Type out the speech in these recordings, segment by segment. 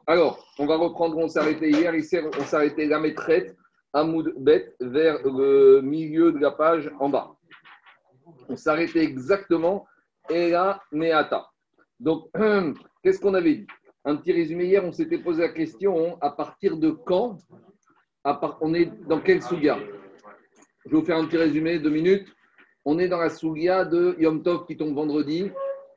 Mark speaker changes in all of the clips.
Speaker 1: Alors, on va reprendre, on s'est arrêté hier. Ici, on s'est arrêté la maîtrette, Hamoud Bet, vers le milieu de la page en bas. On s'est arrêté exactement, Ela Meata. Donc, qu'est-ce qu'on avait dit? Un petit résumé hier, on s'était posé la question à partir de quand on est dans quelle souga? Je vais vous faire un petit résumé, 2 minutes. On est dans la souga de Yom Tov qui tombe vendredi,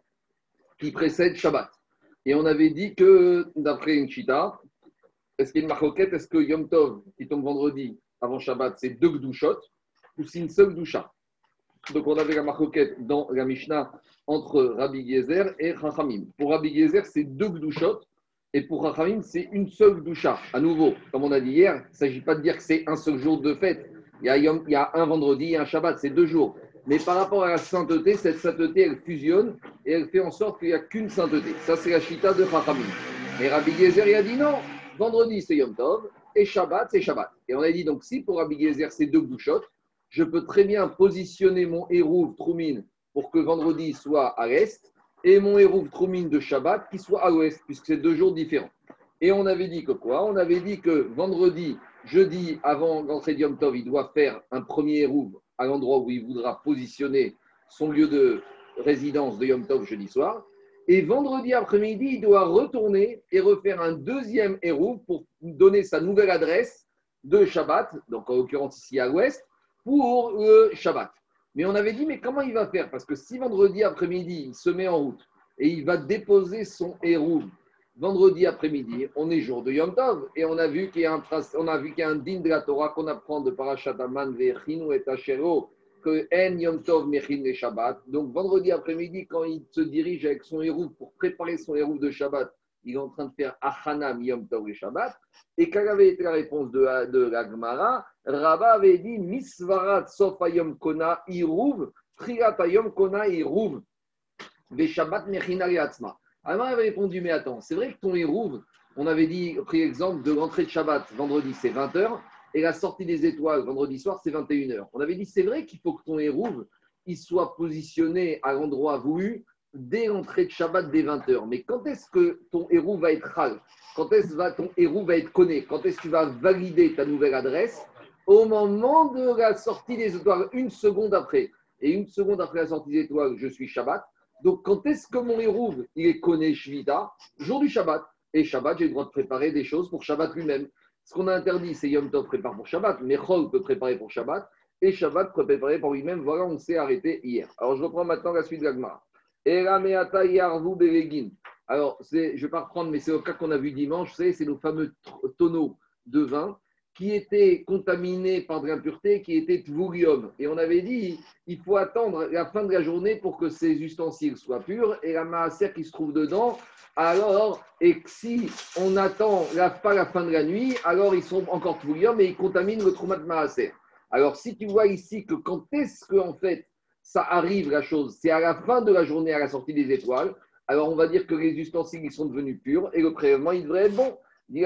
Speaker 1: qui précède Shabbat. Et on avait dit que, d'après une chita, est-ce qu'il y a une marcoquette? Est-ce que Yom Tov qui tombe vendredi avant Shabbat, c'est 2 gdushot ou c'est une seule gdusha? Donc on avait la marcoquette dans la Mishnah entre Rabbi Gezer et Chachamim. Pour Rabbi Gezer, c'est 2 gdushot et pour Chachamim, c'est une seule gdusha. À nouveau, comme on a dit hier, il ne s'agit pas de dire que c'est un seul jour de fête. Il y a un vendredi et un Shabbat, c'est 2 jours. Mais par rapport à la sainteté, cette sainteté, elle fusionne et elle fait en sorte qu'il n'y a qu'une sainteté. Ça, c'est la chita de Chachamim. Mais Rabbi Gezer, il a dit non, vendredi, c'est Yom Tov et Shabbat, c'est Shabbat. Et on a dit donc, si pour Rabbi Gezer, c'est 2 gdushot, je peux très bien positionner mon Hérouv Troumine pour que vendredi soit à l'est et mon Hérouv Troumine de Shabbat qui soit à l'ouest, puisque c'est 2 jours différents. Et on avait dit que quoi? On avait dit que vendredi, jeudi, avant l'entrée de Yom Tov, il doit faire un premier Hérouv à l'endroit où il voudra positionner son lieu de résidence de Yom Tov jeudi soir. Et vendredi après-midi, il doit retourner et refaire un deuxième Hérouv pour donner sa nouvelle adresse de Shabbat, donc en l'occurrence ici à l'ouest, pour le Shabbat. Mais on avait dit, mais comment il va faire? Parce que si vendredi après-midi, il se met en route et il va déposer son Hérouv vendredi après-midi, on est jour de Yom Tov, et on a vu qu'il y a un din de la Torah qu'on apprend de Parashat Aman Vechinu et Ashero, que En Yom Tov Mechin le Shabbat. Donc vendredi après-midi, quand il se dirige avec son Hérouv pour préparer son Hérouv de Shabbat, il est en train de faire Achanam Yom Tov et Shabbat. Et quelle avait été la réponse de la Gemara? Rabba avait dit Misvarat Sof Ayom Kona Iruv, Triat Ayom Kona Iruv, Veshabbat Mechina Yatzma. Alors, elle avait répondu, mais attends, c'est vrai que ton Hérouv, on avait dit, pris l'exemple de l'entrée de Shabbat, vendredi, c'est 20h, et la sortie des étoiles, vendredi soir, c'est 21h. On avait dit, c'est vrai qu'il faut que ton Hérouv, il soit positionné à l'endroit voulu dès l'entrée de Shabbat, dès 20h. Mais quand est-ce que ton Hérouv va être hal? Quand est-ce que ton Hérouv va être conné? Quand est-ce que tu vas valider ta nouvelle adresse? Au moment de la sortie des étoiles, une seconde après. Et une seconde après la sortie des étoiles, je suis Shabbat. Donc, quand est-ce que mon Hérouv, il est conné Shvita? Jour du Shabbat. Et Shabbat, j'ai le droit de préparer des choses pour Shabbat lui-même. Ce qu'on a interdit, c'est Yom Tov prépare pour Shabbat. Mechol peut préparer pour Shabbat. Et Shabbat peut préparer pour lui-même. Voilà, on s'est arrêté hier. Alors, je reprends maintenant la suite de la Gemara. Alors, je ne vais pas reprendre, mais c'est le cas qu'on a vu dimanche. Vous savez, c'est nos fameux tonneaux de vin qui étaient contaminés par de l'impureté, qui étaient tvoulium. Et on avait dit, il faut attendre la fin de la journée pour que ces ustensiles soient purs. Et la maaser qui se trouve dedans, alors, et si on attend pas la fin de la nuit, alors ils sont encore tvoulium et ils contaminent le traumat de maaser. Alors, si tu vois ici que quand est-ce que, en fait, ça arrive la chose, c'est à la fin de la journée, à la sortie des étoiles, alors on va dire que les ustensiles ils sont devenus purs et le prélèvement il devrait être bon. On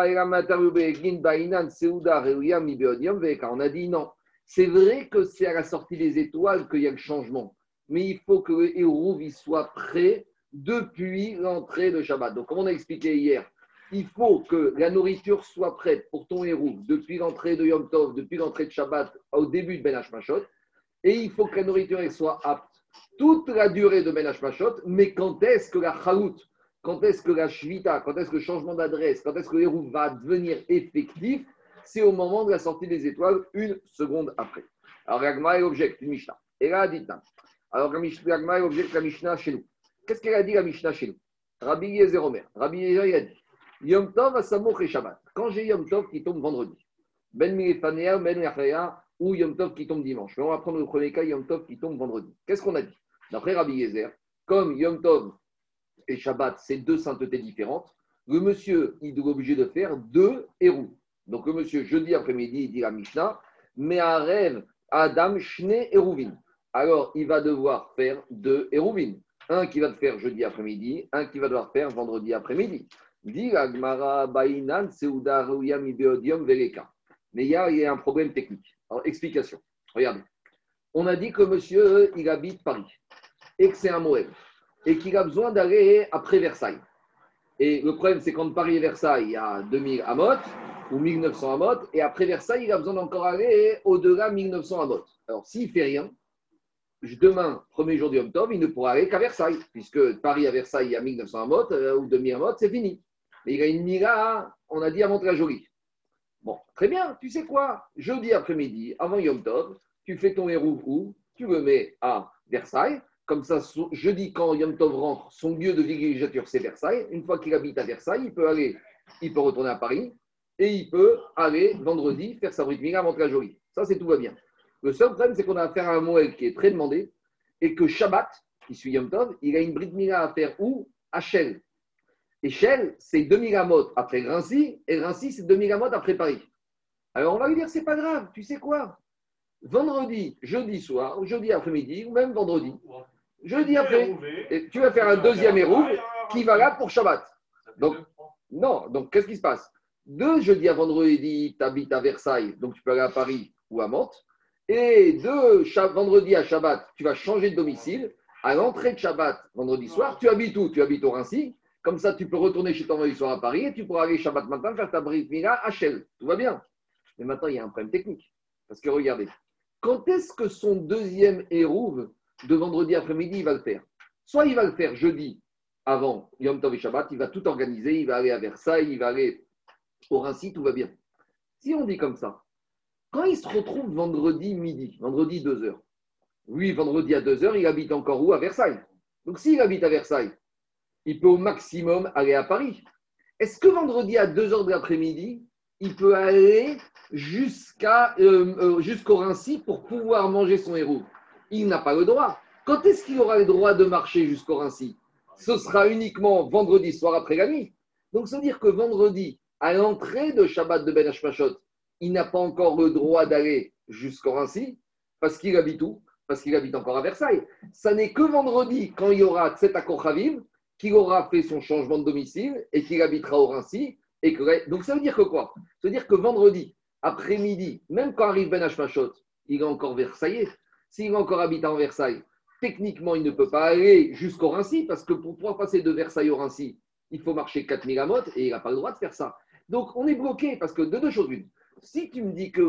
Speaker 1: a dit non. C'est vrai que c'est à la sortie des étoiles qu'il y a le changement, mais il faut que le Hérouv soit prêt depuis l'entrée de Shabbat. Donc, comme on a expliqué hier, il faut que la nourriture soit prête pour ton Hérouv depuis l'entrée de Yom Tov, depuis l'entrée de Shabbat au début de Ben Hashmashot. Et il faut que la nourriture soit apte toute la durée de Ben Hashmashot, mais quand est-ce que la chalout, quand est-ce que la shvita, quand est-ce que le changement d'adresse, quand est-ce que l'hérouv va devenir effectif, c'est au moment de la sortie des étoiles, une seconde après. Alors, Ragma est objecte, une Mishnah. Et là, dit alors, Ragma est objecte la Mishnah chez nous. Qu'est-ce qu'elle a dit la Mishnah chez nous? Rabbi Yezer Omer. Rabbi Yezer, il a dit Yom Tov Asamoch et Shabbat. Quand j'ai Yom Tov qui tombe vendredi, Ben Milefanea, Ben Yachaya, ou Yom Tov qui tombe dimanche. Mais on va prendre le premier cas, Yom Tov qui tombe vendredi. Qu'est-ce qu'on a dit? D'après Rabbi Yezer, comme Yom Tov et Shabbat, c'est 2 saintetés différentes, le monsieur, il est obligé de faire 2 hérouv. Donc le monsieur, jeudi après-midi, il dit la Mishnah, mais à rêve, Adam, Shne, Hérouvin. Alors, il va devoir faire 2 hérouvin. Un qui va faire jeudi après-midi, un qui va devoir faire vendredi après-midi. Dit la Gemara, Bainan, Seuda, Ruyam, Ibeodium, Veleka. Mais il y a un problème technique. Alors, explication. Regardez. On a dit que monsieur, il habite Paris et que c'est un Moël et qu'il a besoin d'aller après Versailles. Et le problème, c'est qu'entre Paris et Versailles, il y a 2000 amot ou 1900 amot. Et après Versailles, il a besoin d'encore aller au-delà de 1900 amot. Alors, s'il ne fait rien, demain, premier jour du Yom Tov, il ne pourra aller qu'à Versailles, puisque Paris à Versailles, il y a 1900 amot ou 2000 amot, c'est fini. Mais il a une mira, on a dit, à Montreux-la-Jolie. Bon, très bien, tu sais quoi? Jeudi après-midi, avant Yom Tov, tu fais ton héros où? Tu le mets à Versailles. Comme ça, jeudi, quand Yom Tov rentre, son lieu de villégiature, c'est Versailles. Une fois qu'il habite à Versailles, il peut retourner à Paris et il peut aller vendredi faire sa Brit Mila à Montreux-la-Jolie. Ça, c'est tout va bien. Le seul problème, c'est qu'on a affaire à un Moël qui est très demandé et que Shabbat, qui suit Yom Tov, il a une Brit Mila à faire où? À Shell. Et Shell, c'est 2000 amot après Grincy, et Grincy, c'est 2000 amot après Paris. Alors, on va lui dire, c'est pas grave, tu sais quoi? Vendredi, jeudi soir, ou jeudi après-midi, ou même vendredi, jeudi après, et tu vas faire un deuxième hérouve qui va là pour Shabbat. Donc, non, donc qu'est-ce qui se passe? De jeudi à vendredi, tu habites à Versailles, donc tu peux aller à Paris ou à Mantes. Et de vendredi à Shabbat, tu vas changer de domicile. À l'entrée de Shabbat, vendredi soir, tu habites où? Tu habites au Rincy. Comme ça, tu peux retourner chez ton vendredi soir à Paris et tu pourras aller Shabbat matin faire ta Brit Mila à Shell. Tout va bien. Mais maintenant, il y a un problème technique. Parce que regardez, quand est-ce que son deuxième hérouve de vendredi après-midi, il va le faire? Soit il va le faire jeudi avant Yom Tov et Shabbat, il va tout organiser, il va aller à Versailles, il va aller au Rincy, tout va bien. Si on dit comme ça, quand il se retrouve vendredi midi, vendredi 2h, lui, vendredi à 2h, il habite encore où? À Versailles. Donc s'il habite à Versailles, il peut au maximum aller à Paris. Est-ce que vendredi à 2h de l'après-midi, il peut aller jusqu'au Rincy pour pouvoir manger son héros? Il n'a pas le droit. Quand est-ce qu'il aura le droit de marcher jusqu'au Rincy? Ce sera uniquement vendredi soir après la nuit. Donc, ça veut dire que vendredi, à l'entrée de Shabbat de Ben Hashmashot, il n'a pas encore le droit d'aller jusqu'au Rincy parce qu'il habite où? Parce qu'il habite encore à Versailles. Ça n'est que vendredi, quand il y aura Tset Akochavim, qu'il aura fait son changement de domicile et qu'il habitera au Rincy. Donc, ça veut dire que quoi? Ça veut dire que vendredi, après-midi, même quand arrive Ben Hashmashot, il est encore versaillais. S'il est encore habitant en Versailles, techniquement, il ne peut pas aller jusqu'au Rincy parce que pour pouvoir passer de Versailles au Rincy, il faut marcher 4000 amotes et il n'a pas le droit de faire ça. Donc, on est bloqué parce que de deux choses l'une. Si tu me dis que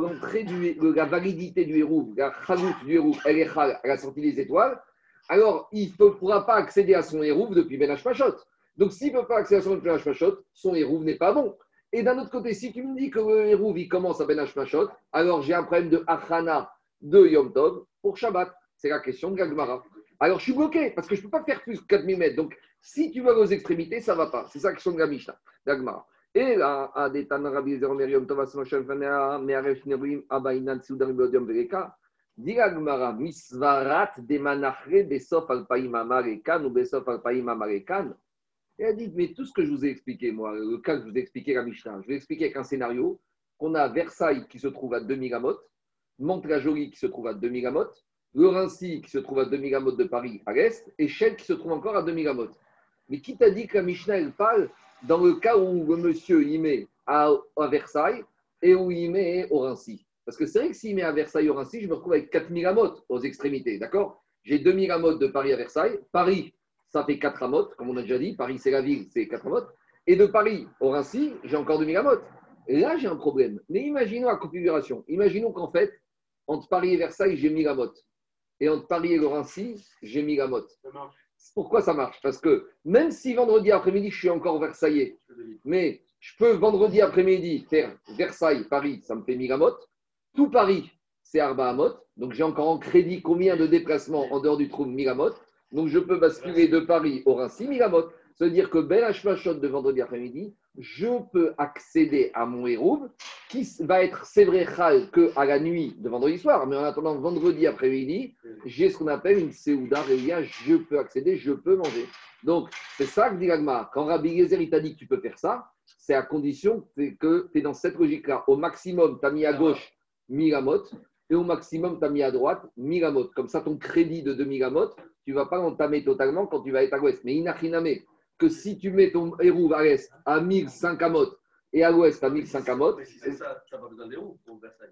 Speaker 1: la validité du héros, la chalout du héros, elle est à la sortie des étoiles, alors il ne pourra pas accéder à son héros depuis Ben Hashmashot. Donc, s'il ne peut pas accéder à son Ben Hashmashot, son héros n'est pas bon. Et d'un autre côté, si tu me dis que le héros il commence à Ben Hashmashot, alors j'ai un problème de achana de Yom Tov pour Shabbat. C'est la question de Gagmara. Alors, je suis bloqué parce que je ne peux pas faire plus que 4000 mètres. Donc, si tu vas aux extrémités, ça ne va pas. C'est ça la question de la Mishnah, Gagmara. Et là, à des Tanarabi Yom Tov, Me'aref Nebrim, Abainan, Soudar, Bodium, Veleka, dit Gagmara, Misvarat, Demanachre, Besof, Alpaïm, Amarekan, ou Besof, Alpaïm, Amarekan. Et elle dit, mais tout ce que je vous ai expliqué, moi, le cas que je vous ai expliqué, la Mishnah, je vais expliquer avec un scénario qu'on a Versailles qui se trouve à 2000 amotes, Mantes-la-Jolie qui se trouve à 2000 amotes, le Rincy qui se trouve à 2000 amotes de Paris à l'est, et Chelles qui se trouve encore à 2000 amotes. Mais qui t'a dit que la Mishnah, elle parle dans le cas où le monsieur y met à Versailles et où il met au Rincy? Parce que c'est vrai que s'il met à Versailles au Rincy, je me retrouve avec 4000 amotes aux extrémités, d'accord? J'ai 2000 amotes de Paris à Versailles. Paris, ça fait 4 amotes, comme on a déjà dit. Paris, c'est la ville, c'est 4 amotes. Et de Paris au Rincy, j'ai encore 2000 amotes. Et là, j'ai un problème. Mais imaginons la configuration. Imaginons qu'en fait, entre Paris et Versailles, j'ai 1000 amotes. Et entre Paris et le Rincy, j'ai 1000 amotes. Pourquoi ça marche? Parce que même si vendredi après-midi, je suis encore versaillais, mais je peux vendredi après-midi faire Versailles, Paris, ça me fait 1000 amotes. Tout Paris, c'est Arba amotes. Donc j'ai encore en crédit combien de déplacements en dehors du trou de 1000 amotes. Donc je peux basculer de Paris au Rincy, 1000 amotes. Ça veut dire que Ben Hashmashot de vendredi après-midi, je peux accéder à mon hérouve qui va être sévréchal qu'à la nuit de vendredi soir. Mais en attendant, vendredi après-midi, j'ai ce qu'on appelle une Seouda Rélia. Je peux accéder, je peux manger. Donc, c'est ça que dit l'Agma. Quand Rabbi Yezer t'a dit que tu peux faire ça, c'est à condition que tu es dans cette logique-là. Au maximum, tu as mis à gauche 1000 amotes et au maximum, tu as mis à droite 1000 amotes. Comme ça, ton crédit de 2000 amotes, tu ne vas pas l'entamer totalement quand tu vas être à l'ouest. Mais inachiname, que si tu mets ton héros à l'est à 1005 amotes et à l'ouest à 1005 amotes.
Speaker 2: Mais si c'est ça, tu n'as pas besoin d'héros pour Versailles.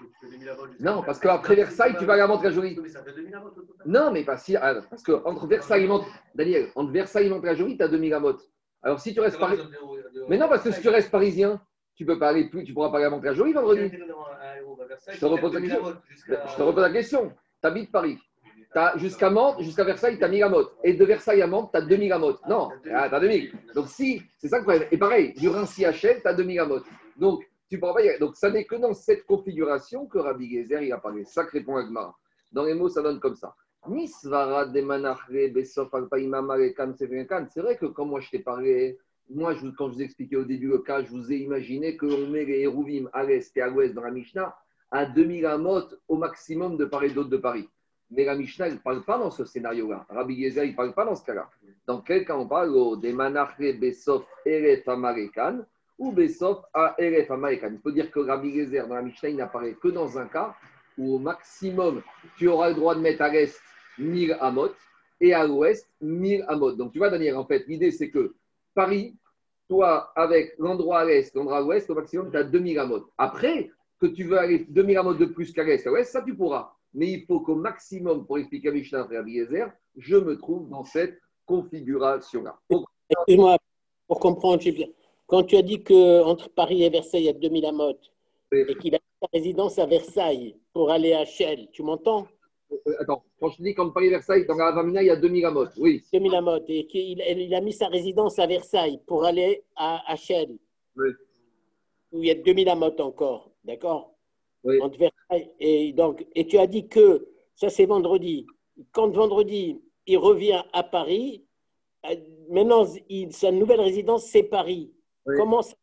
Speaker 1: Non, parce qu'après Versailles, tu vas à la Montreux-la-Jolie.
Speaker 2: Mais ça fait 2000 amotes.
Speaker 1: Non, mais parce que entre Versailles et Montreux, Daniel, entre Versailles et Montreux-la-Jolie, tu as 2000 amotes. Alors, si tu restes parisien. Mais non, parce que si tu restes parisien, tu peux pas aller plus, tu pourras pas aller à Mantes-la-Jolie vendredi. Je te repose la question. Je te repose la question. Tu habites Paris. Jusqu'à Mantes, jusqu'à Versailles, tu as 1000 amotes. Et de Versailles à Mantes, tu as 2000 amotes. Non, tu as 2000. Donc, si, c'est ça le problème. Et pareil, du Rincy à Chelles, tu as 2000 amotes. Donc, tu pourras pas y aller. Donc, ça n'est que dans cette configuration que Rabbi Gezer, il a parlé. Ça que répond Agmara. Dans les mots, ça donne comme ça. Nisvara de Manachre, Besof, Alpaïmama, Lekan, Sevenkan. C'est vrai que quand moi je t'ai parlé, quand je vous ai expliqué au début le cas, je vous ai imaginé qu'on met les Hérouvim à l'est et à l'ouest dans la Mishnah à 2000 amotes au maximum de part et d'autre de Paris. Mais la Mishnah, elle ne parle pas dans ce scénario-là. Rabbi Gezer, il ne parle pas dans ce cas-là. Dans quel cas on parle des Manachre, Besof, Eref, Amarekan ou Besof à Eref, Amarekan. Il faut dire que Rabbi Gezer, dans la Mishnah, il n'apparaît que dans un cas où au maximum, tu auras le droit de mettre à l'est 1000 amot et à l'ouest 1000 amot. Donc tu vois, Daniel, en fait, l'idée c'est que Paris, toi, avec l'endroit à l'est, l'endroit à l'ouest, au maximum, tu as 2000 amot. Après, que tu veux aller 2000 amot de plus qu'à l'est, à l'ouest, ça tu pourras. Mais il faut qu'au maximum, pour expliquer à Mishnah et à Eliezer, je me trouve dans cette configuration-là.
Speaker 3: Excuse-moi, pour comprendre, quand tu as dit qu'entre Paris et Versailles, il y a 2000 amotes et qu'il a sa résidence à Versailles pour aller à Chelles, tu m'entends?
Speaker 1: Attends, quand je te dis qu'en Paris et Versailles, dans la Avamina, il y a 2000 amotes, oui.
Speaker 3: 2000 amotes et qu'il a mis sa résidence à Versailles pour aller à Chelles,
Speaker 1: Oui.
Speaker 3: où il y a 2000 amotes encore, d'accord?
Speaker 1: Oui.
Speaker 3: Entre Versailles et tu as dit que ça c'est vendredi. Quand vendredi il revient à Paris, maintenant sa nouvelle résidence c'est Paris.
Speaker 1: Oui.
Speaker 3: Comment ça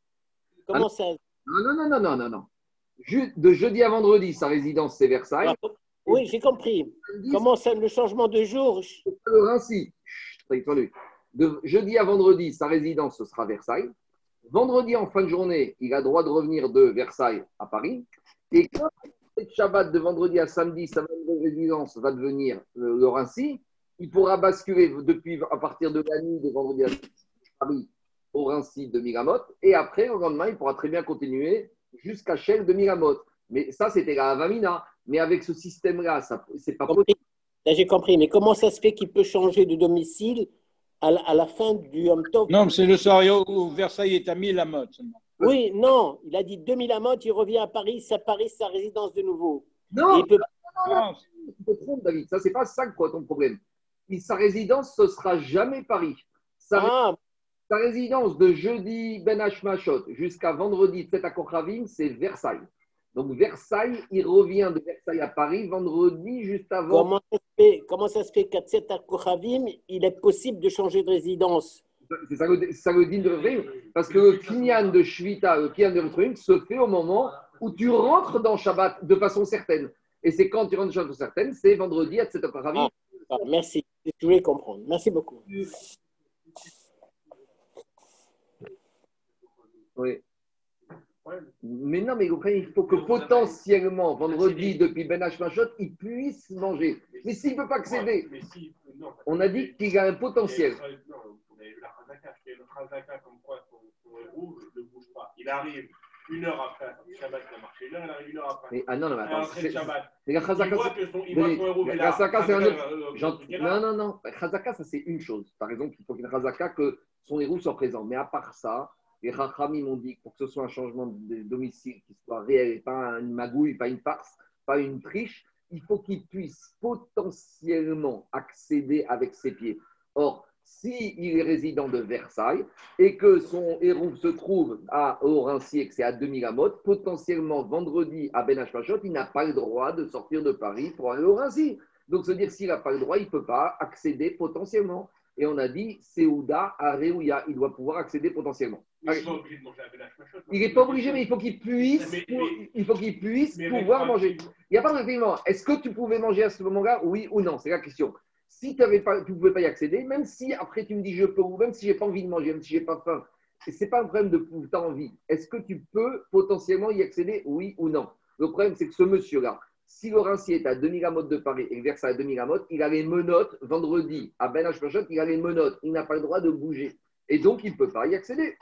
Speaker 1: Non. De jeudi à vendredi, sa résidence c'est Versailles.
Speaker 3: Alors, oui, j'ai compris. Comment ça, le changement de jour?
Speaker 1: Le Rincy. De jeudi à vendredi, sa résidence ce sera Versailles. Vendredi en fin de journée, il a droit de revenir de Versailles à Paris. Et quand le Shabbat de vendredi à samedi, sa nouvelle résidence va devenir le Rincy, il pourra basculer à partir de la nuit de vendredi à Paris au Rincy de Miramot. Et après, le lendemain, il pourra très bien continuer jusqu'à Chelles de Miramot. Mais ça, c'était la Avamina. Mais avec ce système-là, c'est pas possible.
Speaker 3: Là, j'ai compris. Mais comment ça se fait qu'il peut changer de domicile à la fin du Yom Tov?
Speaker 4: Non, c'est le scénario où Versailles est à 1000 amotes seulement.
Speaker 3: Oui, non. Il a dit 2000 amotes, il revient à Paris, sa résidence de nouveau.
Speaker 1: Non,
Speaker 3: il peut...
Speaker 1: non. Tu te trompes, David. Ça, c'est pas ça quoi ton problème. Sa résidence, ce sera jamais Paris. Sa résidence de jeudi Ben Hashmashot jusqu'à vendredi Tset Akochavim, c'est Versailles. Donc Versailles, il revient de Versailles à Paris vendredi juste avant.
Speaker 3: Comment ça se fait qu'à Tset Akochavim, il est possible de changer de résidence?
Speaker 1: C'est ça le din de Réveil. Parce que le kinyan de Shvita, le kinyan de Réveil se fait au moment où tu rentres dans Shabbat de façon certaine. Et c'est quand tu rentres de façon certaine, c'est vendredi à Tset Akochavim.
Speaker 3: Merci, je voulais comprendre. Merci beaucoup.
Speaker 1: Oui. Mais non, mais il faut que potentiellement, vendredi, depuis Ben Hashmashot, il puisse manger. Mais s'il ne peut pas accéder, on a dit qu'il a un potentiel.
Speaker 5: Il arrive 1 heure après, Shabbat il a marché 1 heure, il arrive 1 heure après.
Speaker 1: Mais attends.
Speaker 5: Mais la Chazaka,
Speaker 1: c'est un autre. Non. La Chazaka, ça c'est une chose. Par exemple, il faut qu'une Chazaka, que son héros soit présent. Mais à part ça, les Rachamim m'ont dit que pour que ce soit un changement de domicile qui soit réel et pas une magouille, pas une farce, pas une triche, il faut qu'il puisse potentiellement accéder avec ses pieds. Or, s'il est résident de Versailles et que son héros se trouve au Rincy et que c'est à 2000 amotes, potentiellement vendredi à Ben Hashmashot, il n'a pas le droit de sortir de Paris pour aller au Rincy. Donc, se dire s'il n'a pas le droit, il ne peut pas accéder potentiellement. Et on a dit, Seouda à Réouya, il doit pouvoir accéder potentiellement. Il n'est pas obligé de manger à Ben Hashmashot. Il n'est pas obligé, mais il faut qu'il puisse, pouvoir manger. Il n'y a pas de règlement. Est-ce que tu pouvais manger à ce moment-là, oui ou non? C'est la question. Si tu ne pouvais pas y accéder, même si après tu me dis je peux, ou même si je n'ai pas envie de manger, même si je n'ai pas faim, ce n'est pas un problème de tu as envie. Est-ce que tu peux potentiellement y accéder, oui ou non? Le problème, c'est que ce monsieur-là, si le Rincy est à 2000 amotes de Paris et le Versailles à 2000 amotes, il a les menottes vendredi à Ben Hashmashot, il a les menottes, il n'a pas le droit de bouger. Et donc, il ne peut pas y accéder.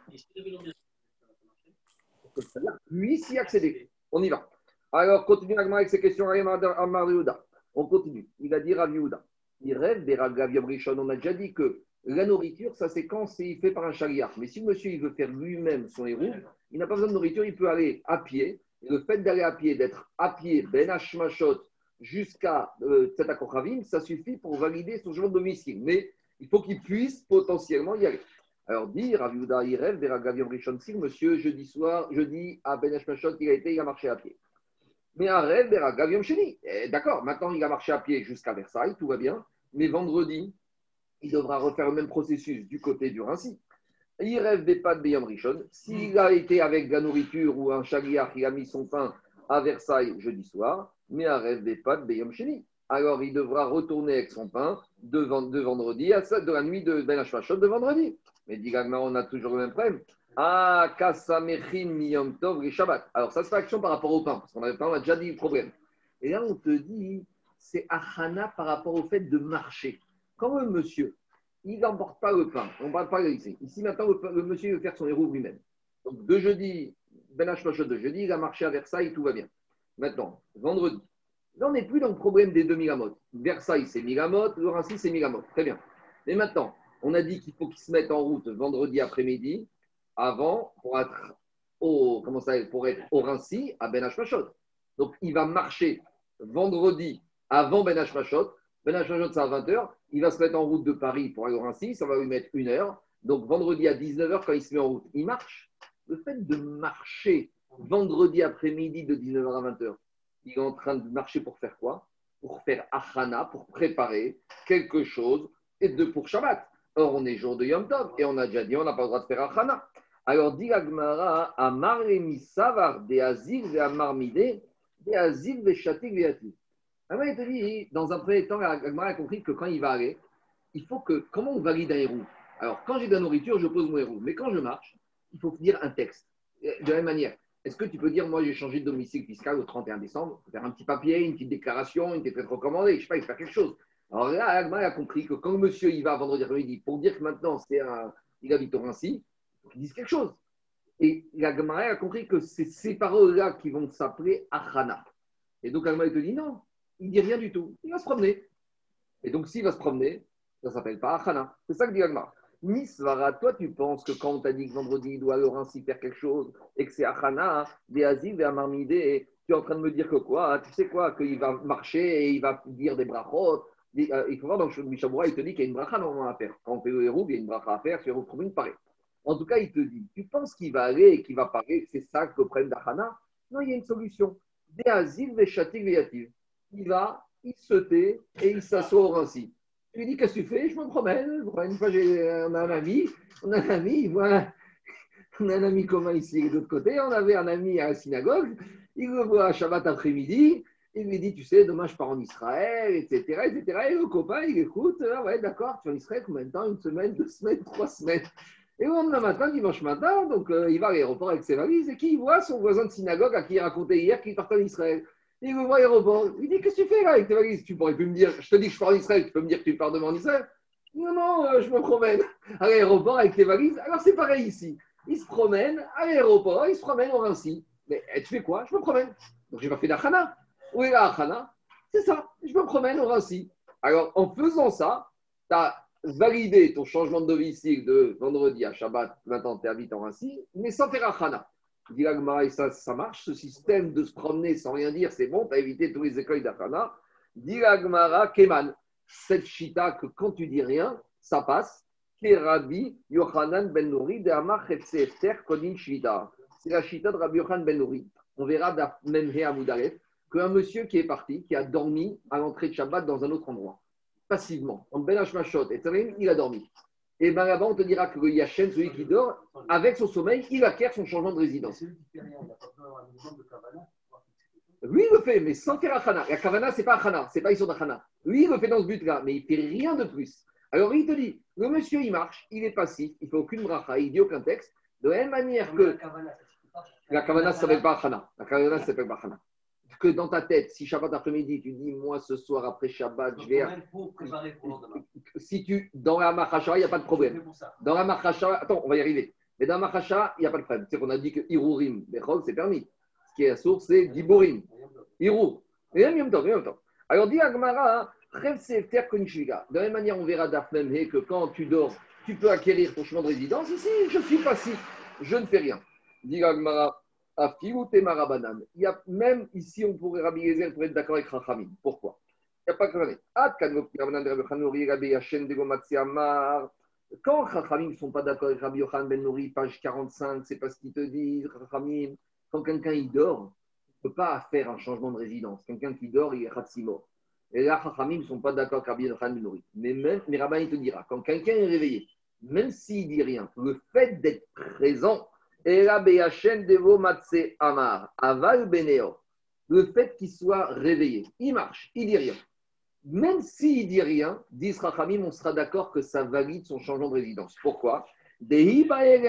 Speaker 1: Puisse y accéder. On y va. Alors, continue avec ces questions à Marioda. On continue. Il a dit Rav Yehuda. Il rêve des Rav Yom Rishon. On a déjà dit que La nourriture, ça c'est quand c'est fait par un chariard. Mais si le monsieur il veut faire lui-même son héros, il n'a pas besoin de nourriture, il peut aller à pied. Et le fait d'aller à pied, d'être à pied, ben hashmashot, jusqu'à Tzat HaKochavim, ça suffit pour valider son changement de domicile. Mais il faut qu'il puisse potentiellement y aller. Alors, dit Rav Yehuda Irev, Veragaviam Rishon, si le monsieur, jeudi, à Ben Hashmashot, il a marché à pied. Mais un rêve, Veragaviam Sheni. D'accord, maintenant il a marché à pied jusqu'à Versailles, tout va bien. Mais vendredi, il devra refaire le même processus du côté du Rinci. Il rêve des pâtes Beyam Rishon. S'il a été avec de la nourriture ou un chagriard qui a mis son pain à Versailles jeudi soir, mais un rêve des pâtes Beyam Sheni. Alors il devra retourner avec son pain de vendredi, de la nuit de Ben Hashmashot de vendredi. Mais dit Gagmar, on a toujours le même problème. Ah, Kassamechin Miyom Tov et Shabbat. Alors ça se fait action par rapport au pain, parce qu'on a déjà dit le problème. Et là on te dit, c'est Achana par rapport au fait de marcher. Quand le monsieur, il n'emporte pas le pain, on ne parle pas de ici. Ici, maintenant, le monsieur veut faire son héros lui-même. Donc, de jeudi, Ben Hashmashot de jeudi, il a marché à Versailles, tout va bien. Maintenant, vendredi, là, on n'est plus dans le problème des 2000 amotes. Versailles, c'est 1000 amotes, le Rinci, c'est 1000 amotes. Très bien. Mais maintenant, on a dit qu'il faut qu'il se mette en route vendredi après-midi, avant, pour être au Rinci, à Ben Hashmashot. Donc, il va marcher vendredi avant Ben Hashmashot. Ben Hashmashot, c'est à 20h. Il va se mettre en route de Paris pour aller au Rinci. Ça va lui mettre 1 heure. Donc, vendredi à 19h, quand il se met en route, il marche. Le fait de marcher vendredi après-midi de 19h à 20h, il est en train de marcher pour faire quoi? Pour faire Achana, pour préparer quelque chose pour Shabbat. Or, on est jour de Yom Tov et on a déjà dit on n'a pas le droit de faire Achana. Alors, dit Agmara, Amar Savar de Azil ve Amar Mide, de Azil ve Shatik ve Yativ. Alors, il te dit, dans un premier temps, Agmara a compris que quand il va aller, il faut que, comment on valide un héros? Alors, quand j'ai de la nourriture, je pose mon héros. Mais quand je marche, il faut dire un texte. De la même manière, est-ce que tu peux dire, moi, j'ai changé de domicile fiscal au 31 décembre, faire un petit papier, une petite déclaration, une petite recommandée, je ne sais pas, il faut faire quelque chose. Alors là, Agmara a compris que quand le monsieur il va vendredi après-midi, pour dire que maintenant, il habite au Rinci, il faut qu'il dise quelque chose. Et Agmara a compris que c'est ces paroles-là qui vont s'appeler Achana. Et donc, Agmara te dit, non, il ne dit rien du tout. Il va se promener. Et donc, s'il va se promener, ça ne s'appelle pas Achana. C'est ça que dit Agmara. Nisvara, toi, tu penses que quand on t'a dit que vendredi, il doit aller au Rinci faire quelque chose et que c'est Achana, des Aziv et Amarmidé, tu es en train de me dire que quoi? Tu sais quoi? Qu'il va marcher et il va dire des brachot. Il faut voir dans le Mishaboura, il te dit qu'il y a une bracha normalement à faire. Quand on fait le héros, il y a une bracha à faire, si on trouve une pareille. En tout cas, il te dit, tu penses qu'il va aller et qu'il va parler, c'est ça que prenne d'Achana? Non, il y a une solution. Des Aziv et Shatik et Yativ. Il va, il se tait et il s'assoit au Rinci. Je lui dis, qu'est-ce que tu fais? Je me promène. Une fois, on a un ami, voilà. On a un ami commun ici de l'autre côté. On avait un ami à la synagogue. Il le voit à Shabbat après-midi. Il lui dit, tu sais, demain je pars en Israël, etc., etc. Et le copain, il écoute. Ah ouais, d'accord, tu es en Israël combien de temps? 1 semaine, 2 semaines, 3 semaines. Et le lendemain matin, dimanche matin, donc il va à l'aéroport avec ses valises. Et qui voit son voisin de synagogue à qui il racontait hier qu'il partait en Israël. Il me voit à l'aéroport. Il dit, qu'est-ce que tu fais là avec tes valises? Tu pourrais plus me dire, je te dis que je pars en Israël, tu peux me dire que tu pars demain en Israël? Non, non, je me promène à l'aéroport avec tes valises. Alors c'est pareil ici. Il se promène à l'aéroport, il se promène au Rinci. Mais tu fais quoi? Je me promène. Donc j'ai pas fait d'Achana. Où est la Achana? C'est ça, je me promène au Rinci. Alors en faisant ça, tu as validé ton changement de domicile de vendredi à Shabbat, maintenant tu habites en Rinci, mais sans faire Achana. Dit l'Agmara, et ça marche, ce système de se promener sans rien dire, c'est bon, tu as évité tous les écueils d'Achana. Dit l'Agmara, Keman, cette chita que quand tu dis rien, ça passe. Rabbi Yochanan ben Nouri de Amar Efter Kodin Shvita. C'est la chita de Rabbi Yochanan ben Nouri. On verra même à Moudalef qu'un monsieur qui est parti, qui a dormi à l'entrée de Shabbat dans un autre endroit, passivement, en Ben Hashmashot, et il a dormi. Et bien là-bas, on te dira que le Yachem, celui qui dort, avec son sommeil, il acquiert son changement de résidence. Lui, il le fait, mais sans faire Achana. La Kavana, ce n'est pas Achana, ce n'est pas Issod Achana. Lui, il le fait dans ce but-là, mais il ne fait rien de plus. Alors, il te dit, le monsieur, il marche, il est passif, il ne fait aucune bracha, il ne dit aucun texte. De la même manière que la Kavana, ça ne s'appelle pas Achana. La Kavana, ça ne s'appelle pas Achana. Que dans ta tête, si Shabbat après-midi, tu dis, moi, ce soir, après Shabbat, je vais... Si tu... Dans la Machacha, il n'y a pas de problème. Dans la Machacha... Attends, on va y arriver. Mais dans la Machacha, il n'y a pas de problème. C'est qu'on a dit que Irurim, Bechol, c'est permis. Ce qui est la source, c'est Diborim. Irur. Et même Yom Tov. Alors, dit Agmara, Rêve, c'est faire konishviga. De la même manière, on verra d'Afmem que quand tu dors, tu peux acquérir ton chemin de résidence. Ici, je suis passif, je ne fais rien. Dit Agmara, Afiou Temara Banan. Il y a même ici, on pourrait Rabbi Yezer pour être d'accord avec Rachamim. Pourquoi? Il n'y a pas que quand Rachamim ne sont pas d'accord avec Rabbi Yochanan Ben Nouri, page 45, c'est parce qu'ils te disent, Rachamim, quand quelqu'un il dort, il ne peut pas faire un changement de résidence. Quelqu'un qui dort, il est Hatzimo. Et là, Rachamim ne sont pas d'accord avec Rabbi Yochanan Ben Nouri. Mais Rabbi, il te dira, quand quelqu'un est réveillé, même s'il ne dit rien, le fait d'être présent, et là, Beyachen Devo Matse Amar, Aval Beneo, le fait qu'il soit réveillé, il marche, il ne dit rien. Même s'il ne dit rien, dit Rachamim, on sera d'accord que ça valide son changement de résidence. Pourquoi? C'est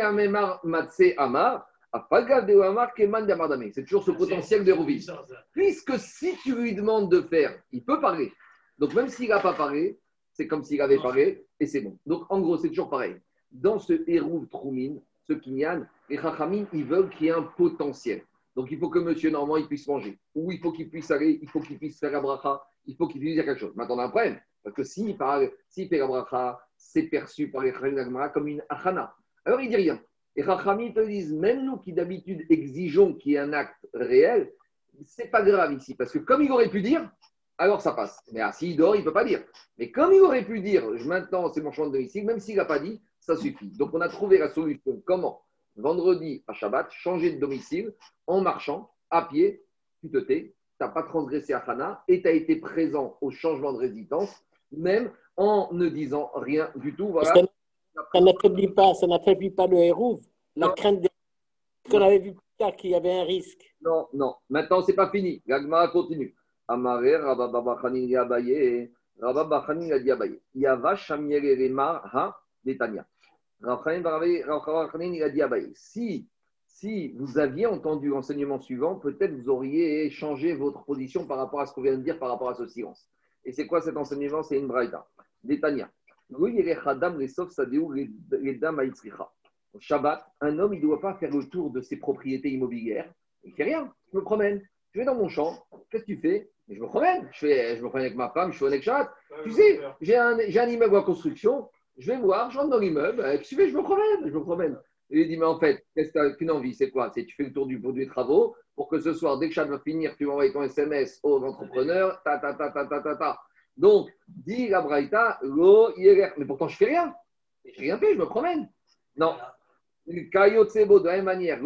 Speaker 1: toujours ce potentiel de Rouvi. Puisque si tu lui demandes de faire, il peut parler. Donc même s'il n'a pas parlé, c'est comme s'il avait parlé et c'est bon. Donc en gros, c'est toujours pareil. Dans ce Hérouv Troumin, ce Kinyan, les Chachamim, ils veulent qu'il y ait un potentiel. Donc il faut que monsieur, normalement, il puisse manger. Ou il faut qu'il puisse aller, il faut qu'il puisse faire la bracha, il faut qu'il puisse dire quelque chose. Maintenant, on a un problème. Parce que s'il parle, s'il fait la bracha, c'est perçu par les Chachamim comme une achana. Alors il ne dit rien. Et Chachamim te disent, même nous qui d'habitude exigeons qu'il y ait un acte réel, c'est pas grave ici. Parce que comme il aurait pu dire, alors ça passe. Mais s'il dort, il ne peut pas dire. Mais comme il aurait pu dire, maintenant c'est mon changement de domicile, même s'il n'a pas dit, ça suffit. Donc on a trouvé la solution. Comment? Vendredi à Shabbat, changer de domicile en marchant, à pied, tu te tais, tu n'as pas transgressé à Hana et tu as été présent au changement de résidence, même en ne disant rien du tout. Voilà.
Speaker 3: Ça n'affaiblit pas le Hérouv. La crainte qu'on avait vu plus tard qu'il y avait un risque.
Speaker 1: Non, non. Maintenant, ce n'est pas fini. L'Agmara continue. Amaré, Rabba Chanin et Abaye. Rabba Chanin a dit Abaye. Yava Shamiel Rema Ha Netanya. Il a dit Abaye. Si vous aviez entendu l'enseignement suivant, peut-être vous auriez changé votre position par rapport à ce qu'on vient de dire par rapport à ce silence. Et c'est quoi cet enseignement? C'est une braïta. Netanya. Au Shabbat, un homme, il ne doit pas faire le tour de ses propriétés immobilières. Il ne fait rien. Je me promène. Je vais dans mon champ. Qu'est-ce que tu fais? Je me promène. Je me promène avec ma femme, je suis avec Shabbat. Tu sais, j'ai un immeuble en construction. Je vais voir, je rentre dans l'immeuble. Qu'est-ce que tu fais? Je me promène. Et il dit, mais en fait, qu'est-ce que tu as qu'une envie? C'est quoi? C'est tu fais le tour des travaux pour que ce soir, dès que Shabbat va finir, tu m'envoies ton SMS aux entrepreneurs. Donc, dit la Braïta, mais pourtant je ne fais rien. Je n'ai rien fait, je me promène. Non. De la même manière,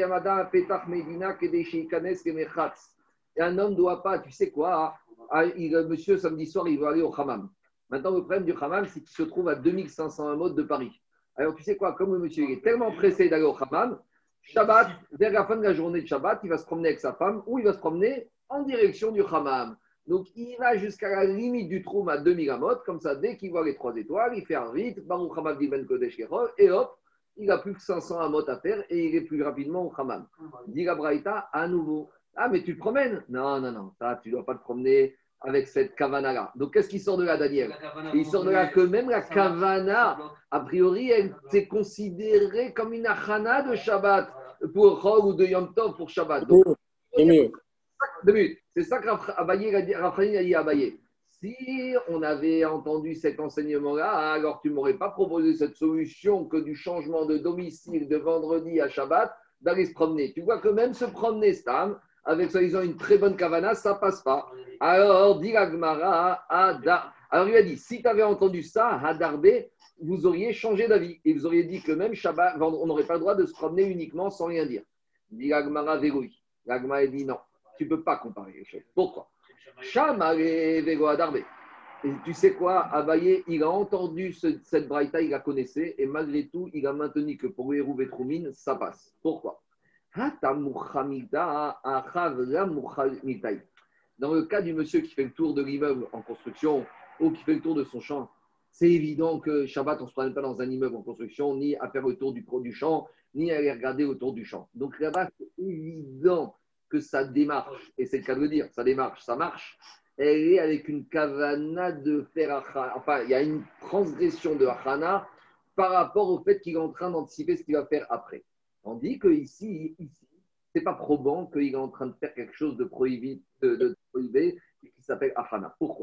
Speaker 1: et un homme ne doit pas, tu sais quoi, monsieur, samedi soir, il veut aller au hammam. Maintenant, le problème du hammam, c'est qu'il se trouve à 2500 mètres de Paris. Alors, tu sais quoi, comme le monsieur il est tellement pressé d'aller au hammam, Shabbat, vers la fin de la journée de Shabbat, il va se promener avec sa femme ou il va se promener en direction du hammam. Donc, il va jusqu'à la limite du trou à 2000 amot, comme ça, dès qu'il voit les 3 étoiles, il fait un rite, Baruch Hamad Diben Kodesh Kerov, et hop, il n'a plus que 500 amot à faire et il est plus rapidement au hammam. Dit la Braïta, à nouveau. Ah, mais tu te promènes? Non, ça, tu ne dois pas te promener avec cette kavana-là. Donc, qu'est-ce qui sort de là, Daniel? Il sort de là que même la kavana, a priori, elle s'est considérée comme une achana de Shabbat pour Chol ou de Yom Tov pour Shabbat. Donc,
Speaker 3: C'est mieux.
Speaker 1: c'est ça que Raphaël a dit à Abaye. Si on avait entendu cet enseignement-là, alors tu ne m'aurais pas proposé cette solution que du changement de domicile de vendredi à Shabbat, d'aller se promener. Tu vois que même se promener, Stam, avec soi-disant une très bonne kavana, ça ne passe pas. Alors, dit la Gemara, alors il a dit, si tu avais entendu ça, Hadarbe, vous auriez changé d'avis. Et vous auriez dit que même Shabbat, on n'aurait pas le droit de se promener uniquement sans rien dire. Dit la Gemara, Végoui. La Gemara dit non. Tu ne peux pas comparer les choses. Pourquoi? Et tu sais quoi? Abaye, il a entendu cette braïta, il la connaissait, et malgré tout, il a maintenu que pour Hérouv et Troumine, ça passe. Pourquoi? Dans le cas du monsieur qui fait le tour de l'immeuble en construction ou qui fait le tour de son champ, c'est évident que Shabbat, on ne se promène pas dans un immeuble en construction, ni à faire le tour du champ, ni à aller regarder autour du champ. Donc là-bas, c'est évident que sa démarche, et c'est le cas de le dire, sa démarche, ça marche, elle est avec une kavana de faire achana. Enfin, il y a une transgression de achana par rapport au fait qu'il est en train d'anticiper ce qu'il va faire après. On dit que ici, c'est pas probant qu'il est en train de faire quelque chose de prohibé, qui s'appelle achana. Pourquoi?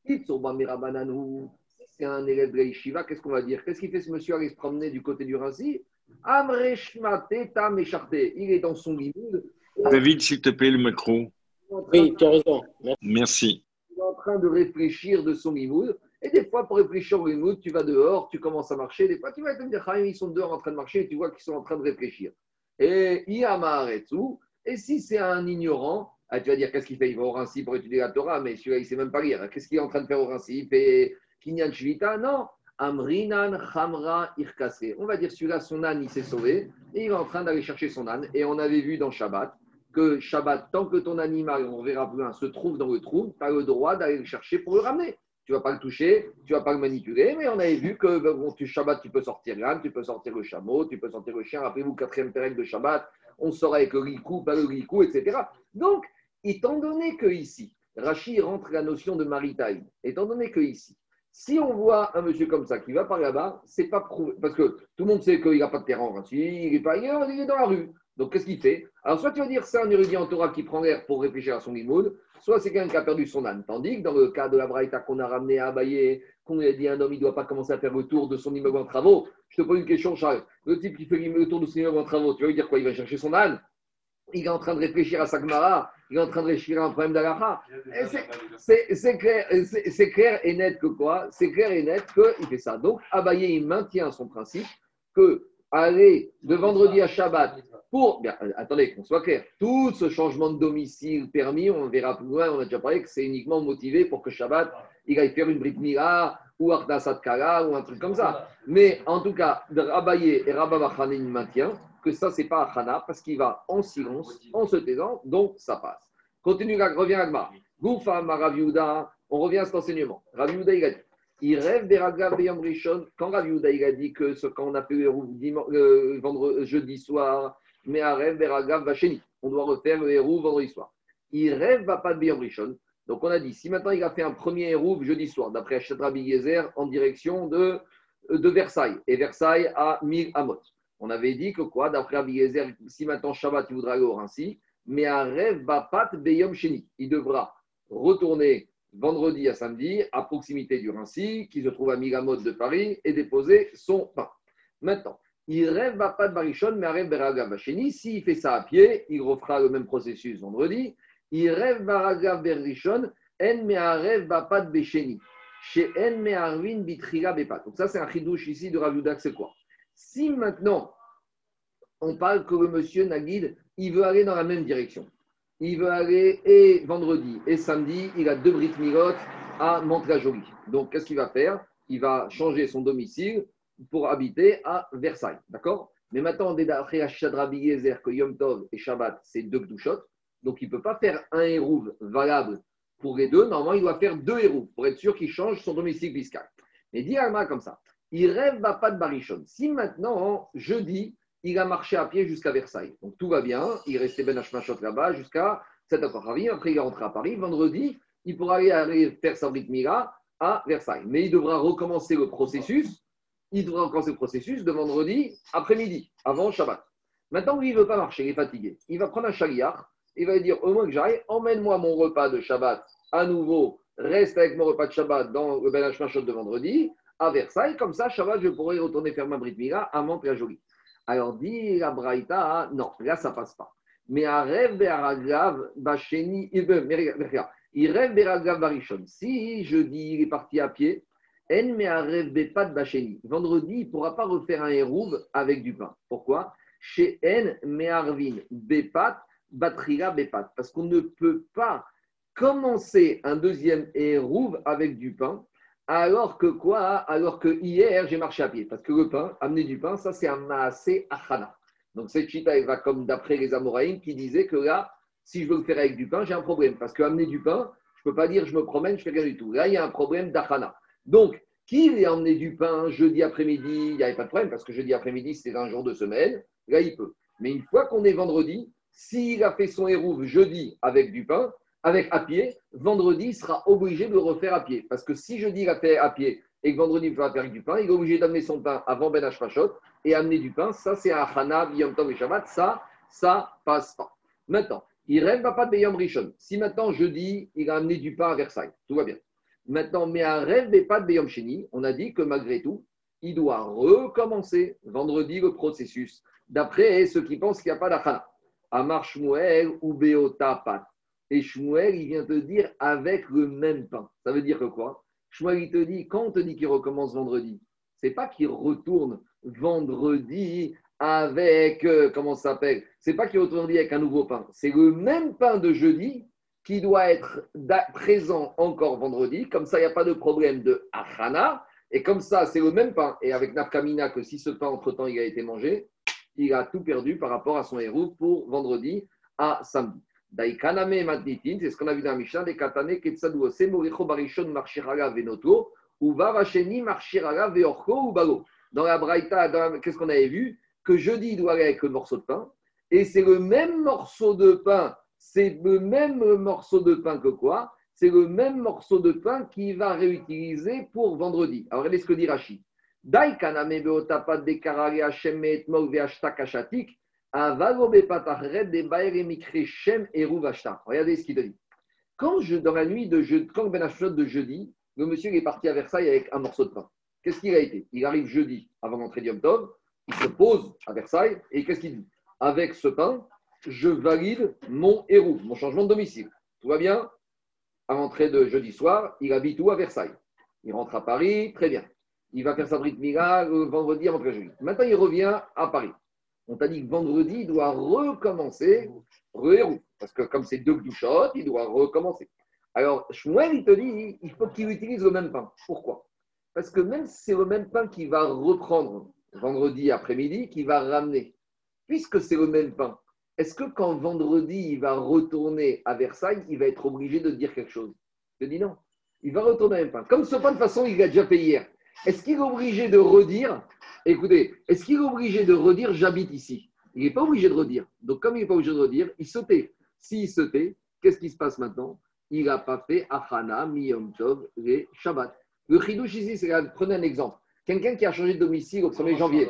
Speaker 1: Itsoba Merabananou, si c'est un élève de la yeshiva, qu'est-ce qu'on va dire? Qu'est-ce qu'il fait ce monsieur aller se promener du côté du Rassi? Amreshmate Tam Echarté. Il est dans son limoud.
Speaker 6: David, s'il te plaît, le micro.
Speaker 3: Oui, tu as raison. Merci.
Speaker 6: Merci.
Speaker 1: Il est en train de réfléchir de son limoud. Et des fois, pour réfléchir au limoud, tu vas dehors, tu commences à marcher. Des fois, tu vas te dire, ah, ils sont dehors en train de marcher et tu vois qu'ils sont en train de réfléchir. Et Iyamaharetsu, et si c'est un ignorant, ah, tu vas dire, qu'est-ce qu'il fait? Il va au Rinci pour étudier la Torah, mais celui-là, il ne sait même pas lire. Qu'est-ce qu'il est en train de faire au Rinci? Il fait Kinyan Shvita? Non. Amrinan Hamra Irkase. On va dire, celui-là, son âne, il s'est sauvé et il est en train d'aller chercher son âne. Et on avait vu dans Shabbat que Shabbat, tant que ton animal, on ne verra plus un, se trouve dans le trou, tu as le droit d'aller le chercher pour le ramener. Tu ne vas pas le toucher, tu ne vas pas le manipuler, mais on avait vu que bon, Shabbat, tu peux sortir l'âne, tu peux sortir le chameau, tu peux sortir le chien. Rappelez-vous, 4e période de Shabbat, on sort avec le rikou, pas le rikou, etc. Donc, étant donné que ici, Rachi rentre la notion de maritime, étant donné que ici, si on voit un monsieur comme ça qui va par là-bas, c'est pas prouvé, parce que tout le monde sait qu'il n'a pas de terrain en Rachi, il est dans la rue. Donc, qu'est-ce qu'il fait? Alors, soit tu vas dire c'est un érudit en Torah qui prend l'air pour réfléchir à son limoud, soit c'est quelqu'un qui a perdu son âne. Tandis que dans le cas de la Braïta qu'on a ramené à Abaye, qu'on a dit un homme, il ne doit pas commencer à faire le tour de son immeuble en travaux. Je te pose une question, Charles. Le type qui fait le tour de son immeuble en travaux, tu vas lui dire quoi? Il va chercher son âne? Il est en train de réfléchir à sa Gemara, il est en train de réfléchir à un problème d'Alaha. C'est clair et net que quoi? C'est clair et net qu'il fait ça. Donc, Abaye, il maintient son principe que aller de vendredi à Shabbat pour. Bien, attendez, qu'on soit clair. Tout ce changement de domicile permis, on verra plus loin, on a déjà parlé que c'est uniquement motivé pour que Shabbat, il aille faire une Brit Mila ou Ardasat Kala ou un truc comme ça. Mais en tout cas, Abaye et Rabba Bachanin maintient que ça, c'est pas Hana parce qu'il va en silence, en se taisant, donc ça passe. Continue, revient à Gmar. Goufa Rav Yehuda, on revient à cet enseignement. Rav Yehuda, il a dit. Il rêve Beragav Beyam Rishon. Quand Rav Yehuda, il a dit que quand on a fait le jeudi soir, mais à rêve Beragav Vacheni, on doit refaire le héros vendredi soir. Il rêve va pas de Beyam Rishon. Donc on a dit, si maintenant il a fait un premier héros jeudi soir, d'après Hachet Rabbi Yezer, en direction de Versailles, et Versailles à 1000 Amot. On avait dit que quoi, d'après Rabbi Yezer, si maintenant Shabbat, il voudra aller au Rinci, mais à rêve Bapat Beyom Sheni. Il devra retourner vendredi à samedi à proximité du Rinci, qui se trouve à Migamot de Paris, et déposer son pain. Maintenant, il rêve Bapat Barishon, mais à rêve Beragav Bacheni. S'il fait ça à pied, il refera le même processus vendredi. Il rêve Baragav Berishon, En Me'arev Bapat Becheni. Chez En Me'arvin Bitrila Bepat. Donc ça, c'est un chidouche ici de Rav Yehuda, c'est quoi? Si maintenant, on parle que le monsieur Nagid, il veut aller dans la même direction. Il veut aller et vendredi et samedi, il a 2 Brit Milot à Mantes-la-Jolie. Donc, qu'est-ce qu'il va faire? Il va changer son domicile pour habiter à Versailles. D'accord? Mais maintenant, d'après Hachet Rabbi Yezer, que Yom Tov et Shabbat, c'est 2 Gdushot. Donc, il ne peut pas faire un hérouv valable pour les deux. Normalement, il doit faire 2 hérouv pour être sûr qu'il change son domicile fiscal. Mais dis Alma comme ça. Il rêve pas de Barishon. Si maintenant, jeudi, il a marché à pied jusqu'à Versailles. Donc tout va bien. Il restait Ben Hashmashot là-bas jusqu'à 7 Akharavim. Après, il est rentré à Paris. Vendredi, il pourra aller faire sa Brit Mila à Versailles. Mais il devra recommencer le processus. Il devra recommencer le processus de vendredi après-midi, avant Shabbat. Maintenant, lui, il ne veut pas marcher, il est fatigué. Il va prendre un chariot. Il va lui dire, au moins que j'aille, emmène-moi mon repas de Shabbat à nouveau. Reste avec mon repas de Shabbat dans le Ben Hashmashot de vendredi à Versailles. Comme ça, Shabbat, je pourrai retourner faire ma Brit Mila à Mantes-la-Jolie. Alors, dit la Braïta, non, là, ça ne passe pas. Mais à rêve Beragav Bacheni, il rêve Beragav Barishon. Si jeudi, il est parti à pied, En mais à rêve Bepat Bacheni. Vendredi, il ne pourra pas refaire un hérouv avec du pain. Pourquoi? Chez En mais Arvin Bepat Batrila Bepat. Parce qu'on ne peut pas commencer un deuxième hérouv avec du pain. Alors que quoi? Alors que hier, j'ai marché à pied. Parce que le pain, amener du pain, ça c'est un maasé achana. Donc cette chita, elle va comme d'après les Amoraïm qui disaient que là, si je veux le faire avec du pain, j'ai un problème. Parce que amener du pain, je ne peux pas dire je me promène, je fais rien du tout. Là, il y a un problème d'achana. Donc, qu'il ait emmené du pain jeudi après-midi, il n'y avait pas de problème. Parce que jeudi après-midi, c'était un jour de semaine. Là, il peut. Mais une fois qu'on est vendredi, s'il a fait son hérouve jeudi avec du pain, avec à pied, vendredi, il sera obligé de le refaire à pied. Parce que si jeudi, il a fait à pied et que vendredi, il va faire avec du pain, il est obligé d'amener son pain avant Ben Hashmashot et amener du pain. Ça, c'est un Hana, Yom Tov et Shabbat. Ça passe pas. Maintenant, il rêve pas de Yom Rishon. Si maintenant, jeudi, il a amené du pain à Versailles, tout va bien. Maintenant, mais un rêve n'est pas de Beyom Sheni. On a dit que malgré tout, il doit recommencer vendredi le processus. D'après ceux qui pensent qu'il n'y a pas d'achana. Amar Shmuel ou Beota Pat. Et Shmuel, il vient te dire avec le même pain. Ça veut dire que quoi? Shmuel, il te dit, quand on te dit qu'il recommence vendredi, c'est pas qu'il retourne vendredi avec, comment ça s'appelle? C'est pas qu'il retourne vendredi avec un nouveau pain. C'est le même pain de jeudi qui doit être présent encore vendredi. Comme ça, il n'y a pas de problème de achana. Et comme ça, c'est le même pain. Et avec Nafkamina, que si ce pain, entre-temps, il a été mangé, il a tout perdu par rapport à son héros pour vendredi à samedi. Daikaname matnitin, c'est ce qu'on a vu dans la Mishnah, des katane ketsadou ose moricho barishon marchiraga venoto, ou vavasheni marchiraga veorko ou bago. Dans la Braïta, qu'est-ce qu'on avait vu? Que jeudi, il doit aller avec le morceau de pain. Et c'est le même morceau de pain. C'est le même morceau de pain que quoi? C'est le même morceau de pain qu'il va réutiliser pour vendredi. Alors, regardez ce que dit Rashi. Daikaname beotapat de karare Hashem etmol veashta kashatik. Regardez ce qu'il te dit. Dans la nuit de jeudi, quand Ben Hashot de jeudi, le monsieur est parti à Versailles avec un morceau de pain. Qu'est-ce qu'il a été? Il arrive jeudi avant l'entrée du Yom Tov, il se pose à Versailles et qu'est-ce qu'il dit? Avec ce pain, je valide mon héros, mon changement de domicile. Tout va bien? À l'entrée de jeudi soir, il habite où? À Versailles. Il rentre à Paris, très bien. Il va faire sa Brit Mila le vendredi avant que jeudi. Maintenant, il revient à Paris. On t'a dit que vendredi, il doit recommencer le héros. Parce que comme c'est deux gdouchot, il doit recommencer. Alors, Shmuel, il te dit, il faut qu'il utilise le même pain. Pourquoi? Parce que même si c'est le même pain qu'il va reprendre vendredi après-midi, qu'il va ramener, puisque c'est le même pain, est-ce que quand vendredi, il va retourner à Versailles, il va être obligé de dire quelque chose? Je te dis non. Il va retourner le même pain. Comme ce pain, de toute façon, il a déjà payé hier. Est-ce qu'il est obligé de redire? Écoutez, est-ce qu'il est obligé de redire j'habite ici? Il n'est pas obligé de redire. Donc, comme il n'est pas obligé de redire, il se tait. S'il se tait, qu'est-ce qui se passe maintenant? Il n'a pas fait Achana, Miyom Tov, et Shabbat. Le chidouche ici, c'est prenez un exemple. Quelqu'un qui a changé de domicile au 1er janvier.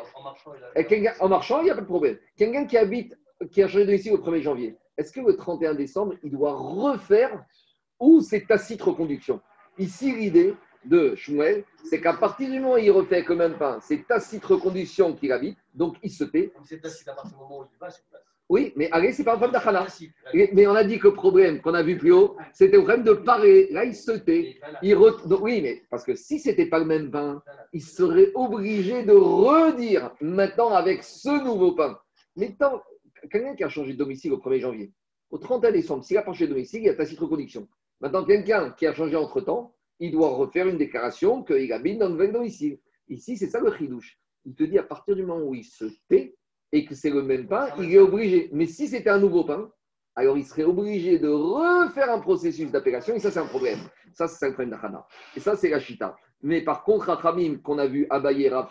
Speaker 1: En marchant, il n'y a pas de problème. Quelqu'un qui a changé de domicile au 1er janvier. Est-ce que le 31 décembre, il doit refaire ou c'est tacite reconduction? Ici, l'idée de Shmuel, c'est qu'à partir du moment où il refait avec le même pain, c'est tacite reconduction qu'il habite, donc il se tait.
Speaker 2: C'est tacite à partir du moment où il va sur place.
Speaker 1: Oui, mais allez, c'est pas un problème d'achana. Mais on a dit que le problème qu'on a vu plus haut, c'était le problème de parer. Là, il se tait. Donc, oui, mais parce que si c'était pas le même pain, il serait obligé de redire maintenant avec ce nouveau pain. Mais tant, quelqu'un qui a changé de domicile au 1er janvier, au 31 décembre, s'il a changé de domicile, il y a tacite reconduction. Maintenant, quelqu'un qui a changé entre-temps, il doit refaire une déclaration qu'il habite dans le nouvel domicile. Ici, c'est ça le chidouche. Il te dit à partir du moment où il se tait et que c'est le même pain, il est obligé. Mais si c'était un nouveau pain, alors il serait obligé de refaire un processus d'appellation et ça, c'est un problème. Ça, c'est un problème d'achana. Et ça, c'est la chita. Mais par contre, Rachamim, qu'on a vu Abaye, Rav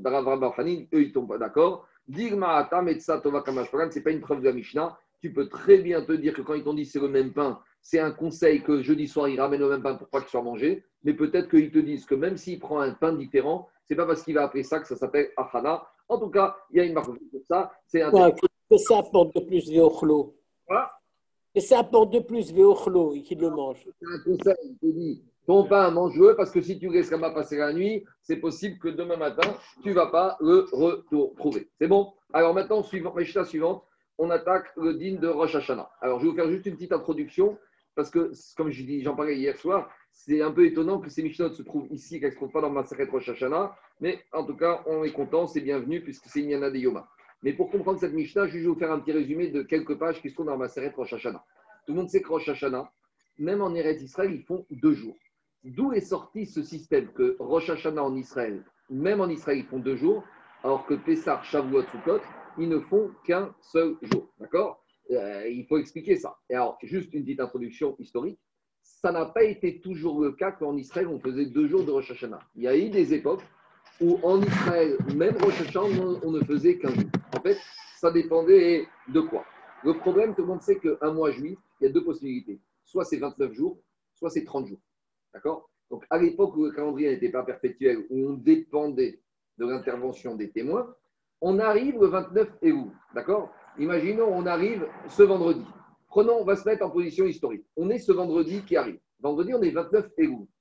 Speaker 1: Hanin, eux, ils ne tombent pas d'accord. Digma Atam et Tsa Tova Kamashparan, ce n'est pas une preuve de la Mishnah. Tu peux très bien te dire que quand ils t'ont dit c'est le même pain, c'est un conseil que jeudi soir, il ramène le même pain pour pas qu'il soit mangé. Mais peut-être qu'ils te disent que même s'il prend un pain différent, ce n'est pas parce qu'il va appeler ça que ça s'appelle Achana. En tout cas, il y a une marque de ça. C'est un
Speaker 3: que ça apporte de plus Véochlo.
Speaker 1: Voilà.
Speaker 3: Que ça apporte de plus Véochlo et qu'il le mange.
Speaker 1: C'est un conseil, il te dit ton pain, mange-le parce que si tu restes comme à passer la nuit, c'est possible que demain matin, tu ne vas pas le retrouver. C'est bon? Alors maintenant, Mishnah suivante, on attaque le din de Rosh Hashanah. Alors je vais vous faire juste une petite introduction parce que, comme j'en parlais hier soir, c'est un peu étonnant que ces Mishnahs se trouvent ici, qu'elles ne se trouvent pas dans Maseret Rosh Hashanah. Mais en tout cas, on est content, c'est bienvenu puisque c'est Inyana de Yoma. Mais pour comprendre cette Mishnah, je vais vous faire un petit résumé de quelques pages qui se trouvent dans Maseret Rosh Hashanah. Tout le monde sait que Rosh Hashanah, même en Eretz Israël, ils font 2 jours. D'où est sorti ce système que Rosh Hashanah en Israël, même en Israël, ils font 2 jours, alors que Pessah, Shavuot, Sukkot, ils ne font qu'un seul jour. D'accord? Il faut expliquer ça. Et alors, juste une petite introduction historique. Ça n'a pas été toujours le cas qu'en Israël, on faisait 2 jours de Rosh Hashanah. Il y a eu des époques où en Israël, même Rosh Hashanah, on ne faisait qu'un jour. En fait, ça dépendait de quoi? Le problème, tout le monde sait qu'un mois juif, il y a 2 possibilités. Soit c'est 29 jours, soit c'est 30 jours. D'accord? Donc, à l'époque où le calendrier n'était pas perpétuel, où on dépendait de l'intervention des témoins, on arrive le 29 Elul. D'accord? Imaginons, on arrive ce vendredi. Prenons, on va se mettre en position historique. On est ce vendredi qui arrive. Vendredi, on est 29 Elul.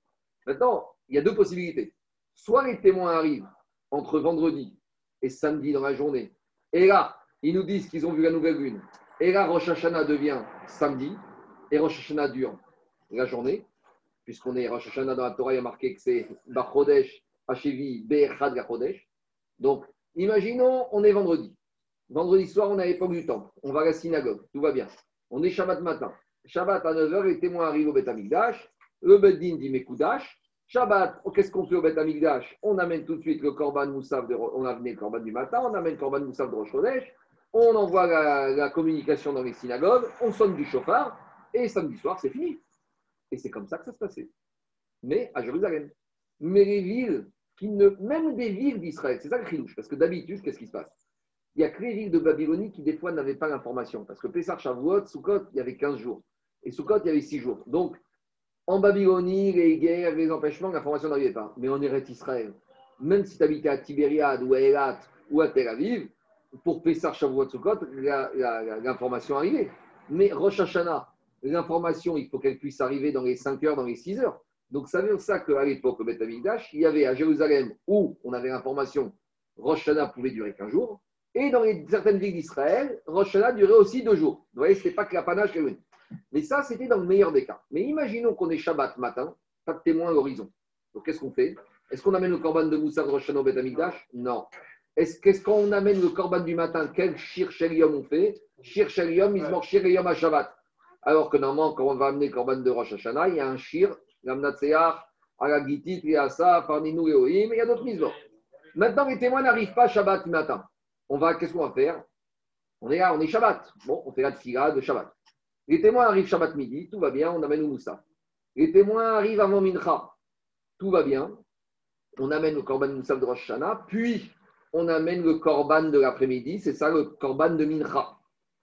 Speaker 1: Maintenant, il y a deux possibilités. Soit les témoins arrivent entre vendredi et samedi dans la journée, et là, ils nous disent qu'ils ont vu la nouvelle lune. Et là, Rosh Hashanah devient samedi, et Rosh Hashanah dure la journée, puisqu'on est Rosh Hashanah dans la Torah, il y a marqué que c'est Bachodesh, Hachevi, Be'echad Gachodesh. Donc, imaginons, on est vendredi. Vendredi soir, on est à l'époque du temple. On va à la synagogue, tout va bien. On est Shabbat matin. Shabbat à 9h, les témoins arrivent au Beth Amikdash. Le Beddin dit Mekoudash. Shabbat, qu'est-ce qu'on fait au Beth Amikdash? On amène tout de suite le Korban Moussaf, on a amené le Korban du matin, on amène le Korban Moussaf de Rosh Chodesh. On envoie la communication dans les synagogues, on sonne du chauffard, et samedi soir, c'est fini. Et c'est comme ça que ça se passait. Mais à Jérusalem. Mais les villes, même des villes d'Israël, c'est ça le chilouche, parce que d'habitude, qu'est-ce qui se passe? Il n'y a que les villes de Babylonie qui, des fois, n'avaient pas l'information. Parce que Pessah, Shavuot, Sukkot, il y avait 15 jours. Et Sukkot, il y avait 6 jours. Donc, en Babylonie, les guerres, les empêchements, l'information n'arrivait pas. Mais en Eretz Israël, même si tu habitais à Tibériade ou à Eilat ou à Tel Aviv, pour Pessah, Shavuot, Sukkot, l'information arrivait. Mais Rosh Hashanah, l'information, il faut qu'elle puisse arriver dans les 5 heures, dans les 6 heures. Donc, ça veut dire ça qu'à l'époque, au Beth Amikdash, il y avait à Jérusalem où on avait l'information, Rosh Hashanah pouvait durer 15 jours. Et dans certaines villes d'Israël, Rosh Hashanah durait aussi 2 jours. Vous voyez, ce n'était pas que l'apanage qui est venu. Mais ça, c'était dans le meilleur des cas. Mais imaginons qu'on est Shabbat matin, pas de témoin à l'horizon. Donc, qu'est-ce qu'on fait? Est-ce qu'on amène le Korban de Moussa de Rosh Hashanah au Beth Amikdash? Non. Qu'est-ce qu'on amène le Korban du matin? Quel Shir Shel on fait? Shir Shel Yom, Mizmor Shir Yom à Shabbat. Alors que normalement, quand on va amener le Korban de Rosh Hashanah, il y a un Shir, Gamnatseach, Alagitit, Riasa, Farninu, Elohim, il y a d'autres Mizmor. Maintenant, les témoins n'arrivent pas Shabbat matin. Qu'est-ce qu'on va faire? On est là, on est Shabbat. Bon, on fait la tfila de Shabbat. Les témoins arrivent Shabbat midi, tout va bien, on amène le Moussa. Les témoins arrivent avant Mincha, tout va bien, on amène le Korban Moussa de Rosh Hashanah, puis on amène le Korban de l'après-midi, c'est ça le Korban de Mincha.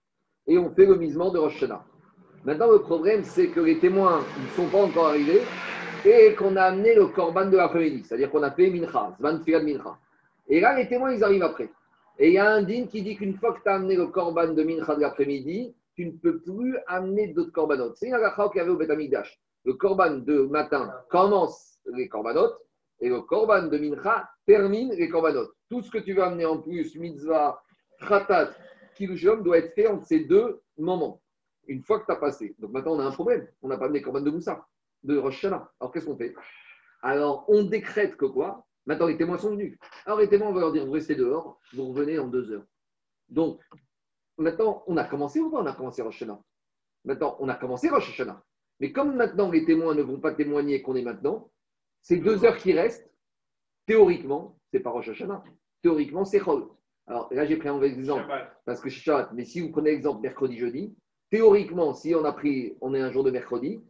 Speaker 1: Et on fait le misement de Rosh Hashanah. Maintenant, le problème, c'est que les témoins ne sont pas encore arrivés et qu'on a amené le Korban de l'après-midi, c'est-à-dire qu'on a fait Mincha, Zman Tfilat Mincha. Et là, les témoins, ils arrivent après. Et il y a un din qui dit qu'une fois que tu as amené le korban de Mincha de l'après-midi, tu ne peux plus amener d'autres korbanot. C'est une halakha qu'il y avait au Beth Amikdash. Le korban de matin commence les korbanot et le korban de Mincha termine les korbanot. Tout ce que tu veux amener en plus, mitzvah, khatat, kilushom, doit être fait entre ces deux moments. Une fois que tu as passé. Donc maintenant, on a un problème. On n'a pas amené le korban de Moussa, de Rosh Hashanah. Alors qu'est-ce qu'on fait? Alors, on décrète que quoi? Maintenant, les témoins sont venus. Alors, les témoins, on va leur dire, vous restez dehors, vous revenez en 2 heures. Donc, maintenant, on a commencé ou pas? On a commencé Rosh Hashanah. Maintenant, on a commencé Rosh Hashanah. Mais comme maintenant, les témoins ne vont pas témoigner qu'on est maintenant, ces 2 heures qui restent, théoriquement, c'est pas Rosh Hashanah. Théoriquement, c'est Chol. Alors, là, j'ai pris un mauvais exemple, parce que c'est Shabbat. Mais si vous prenez l'exemple mercredi, jeudi, théoriquement, si on est un jour de mercredi,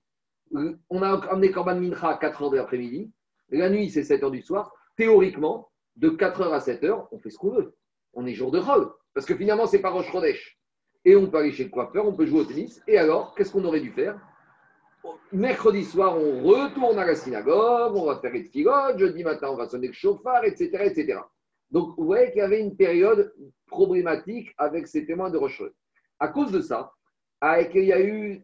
Speaker 1: on a amené Korban Mincha à 4 heures de l'après-midi, la nuit, c'est 7 heures du soir. Théoriquement, de 4h à 7h, on fait ce qu'on veut. On est jour de Chol. Parce que finalement, ce n'est pas Rosh Chodesh. Et on peut aller chez le coiffeur, on peut jouer au tennis. Et alors, qu'est-ce qu'on aurait dû faire? Mercredi soir, on retourne à la synagogue, on va faire les tfilotes. Jeudi matin, on va sonner le chauffard, etc., etc. Donc, vous voyez qu'il y avait une période problématique avec ces témoins de Rosh Chodesh. À cause de ça, il y a eu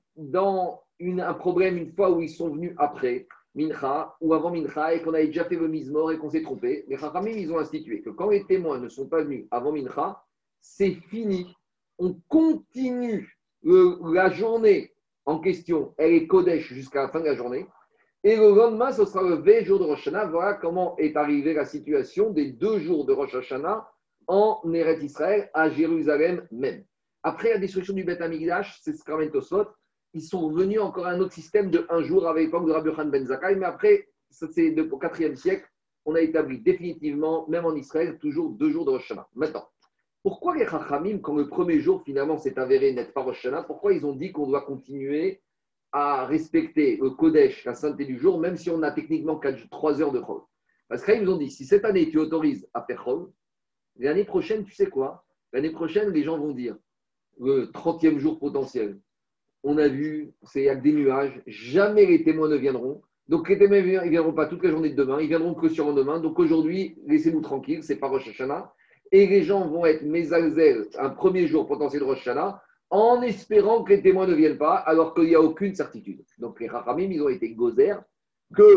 Speaker 1: un problème une fois où ils sont venus après Mincha ou avant Mincha et qu'on avait déjà fait le Mizmor et qu'on s'est trompé, les Chachamim, ils ont institué que quand les témoins ne sont pas venus avant Mincha, c'est fini. On continue la journée en question, elle est Kodesh jusqu'à la fin de la journée. Et le lendemain, ce sera le V jour de Rosh Hashanah. Voilà comment est arrivée la situation des 2 jours de Rosh Hashanah en Eretz Israël, à Jérusalem même. Après la destruction du Beth Amikdash, c'est ce que ramène Tosfot. Ils sont revenus encore à un autre système de 1 jour avec l'époque de Rabbi Yochanan ben Zakkai. Mais après, c'est au 4e siècle, on a établi définitivement, même en Israël, toujours 2 jours de Rosh Hashanah. Maintenant, pourquoi les Chachamim, quand le premier jour finalement s'est avéré n'être pas Rosh Hashanah, pourquoi ils ont dit qu'on doit continuer à respecter le Kodesh, la sainteté du jour, même si on a techniquement 3 heures de Chol? Parce qu'ils nous ont dit, si cette année tu autorises à faire Chol, l'année prochaine, tu sais quoi? L'année prochaine, les gens vont dire, le 30e jour potentiel, on a vu, c'est avec des nuages, jamais les témoins ne viendront. Donc les témoins ne viendront pas toute la journée de demain, ils viendront que sur demain. Donc aujourd'hui, laissez-nous tranquilles, c'est pas Rosh Hashanah. Et les gens vont être mésalzel un premier jour potentiel de Rosh Hashanah en espérant que les témoins ne viennent pas, alors qu'il n'y a aucune certitude. Donc les Rachamim, ils ont été gozer que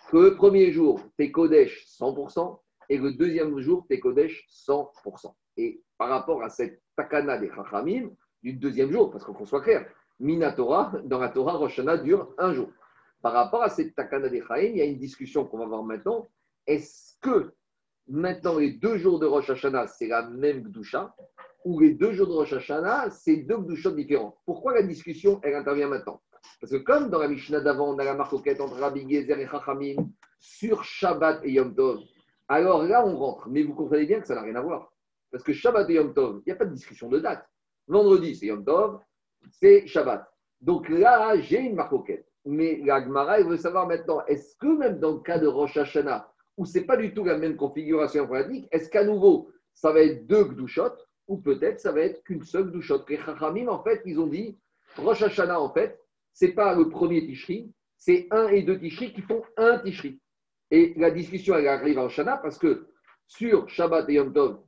Speaker 1: que le premier jour, tu es Kodesh 100%, et le deuxième jour, tu es Kodesh 100%. Et par rapport à cette takana des Chachamim, du deuxième jour, parce qu'on soit clair, Minatora, dans la Torah, Rosh Hashanah dure un jour. Par rapport à cette takana des Chachamim, il y a une discussion qu'on va voir maintenant. Est-ce que maintenant les 2 jours de Rosh Hashanah, c'est la même Gdusha, ou les 2 jours de Rosh Hashanah, c'est 2 Gdushot différents? Pourquoi la discussion, elle intervient maintenant? Parce que comme dans la Mishnah d'avant, on a la marcoquette entre Rabbi Gezer et Chachamim sur Shabbat et Yom Tov, alors là, on rentre. Mais vous comprenez bien que ça n'a rien à voir. Parce que Shabbat et Yom Tov, il n'y a pas de discussion de date. Vendredi, c'est Yom Tov, c'est Shabbat. Donc là, j'ai une marcoquette. Mais la Gemara, elle veut savoir maintenant, est-ce que même dans le cas de Rosh Hashanah, où ce n'est pas du tout la même configuration informatique, est-ce qu'à nouveau, ça va être 2 Gdushot, ou peut-être ça va être qu'une seule Gdushot? Les Chachamim, en fait, ils ont dit, Rosh Hashanah, en fait, ce n'est pas le premier Tishri, c'est 1 et 2 Tishri qui font un Tishri. Et la discussion, elle arrive à Rosh Hashanah parce que sur Shabbat et Yom Tov,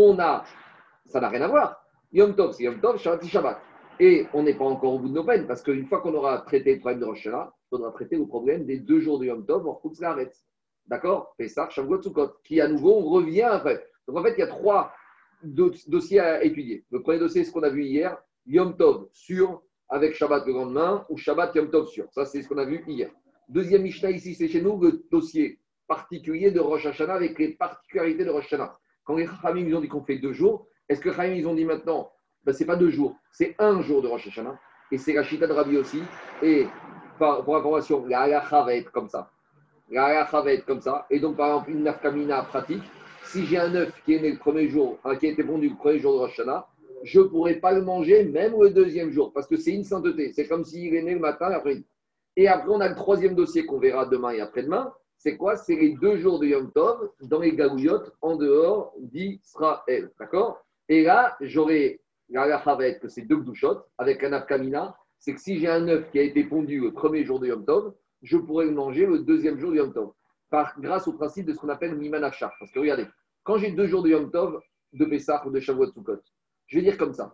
Speaker 1: ça n'a rien à voir. Yom Tov, c'est Yom Tov, Shabbat, c'est Shabbat. Et on n'est pas encore au bout de nos peines, parce qu'une fois qu'on aura traité le problème de Rosh Hashanah, il faudra traiter le problème des 2 jours de Yom Tov en Chutz La'aretz. D'accord? Pessah, Shavuot, Sukkot, qui à nouveau, on revient après. Donc en fait, il y a 3 dossiers à étudier. Le premier dossier, c'est ce qu'on a vu hier, Yom Tov sur, avec Shabbat le lendemain, ou Shabbat Yom Tov sur. Ça, c'est ce qu'on a vu hier. Deuxième Mishnah ici, c'est chez nous le dossier particulier de Rosh Hashanah avec les particularités de Rosh Hashanah. Quand les Chachamim ils ont dit qu'on fait 2 jours, est-ce que les Chachamim ils ont dit maintenant, ce n'est pas 2 jours, c'est 1 jour de Rosh Hashanah? Et c'est la Chita de Rabbi aussi. Et pour information, la halacha va être comme ça. La halacha va être comme ça. Et donc, par exemple, une nafkamina pratique, si j'ai un œuf qui est né le premier jour, qui a été pondu le premier jour de Rosh Hashanah, je ne pourrais pas le manger même le deuxième jour, parce que c'est une sainteté. C'est comme s'il est né le matin et après. Et après, on a le troisième dossier qu'on verra demain et après-demain. C'est quoi? C'est les 2 jours de Yom Tov dans les Galouillotes en dehors d'Israël. D'accord? Et là, la halacha va être que c'est 2 Gdushot avec un afkamina. C'est que si j'ai un œuf qui a été pondu le premier jour de Yom Tov, je pourrais le manger le deuxième jour de Yom Tov. Grâce au principe de ce qu'on appelle Miman Afshar. Parce que regardez, quand j'ai 2 jours de Yom Tov, de Pessah ou de Shavuot Sukkot, je vais dire comme ça.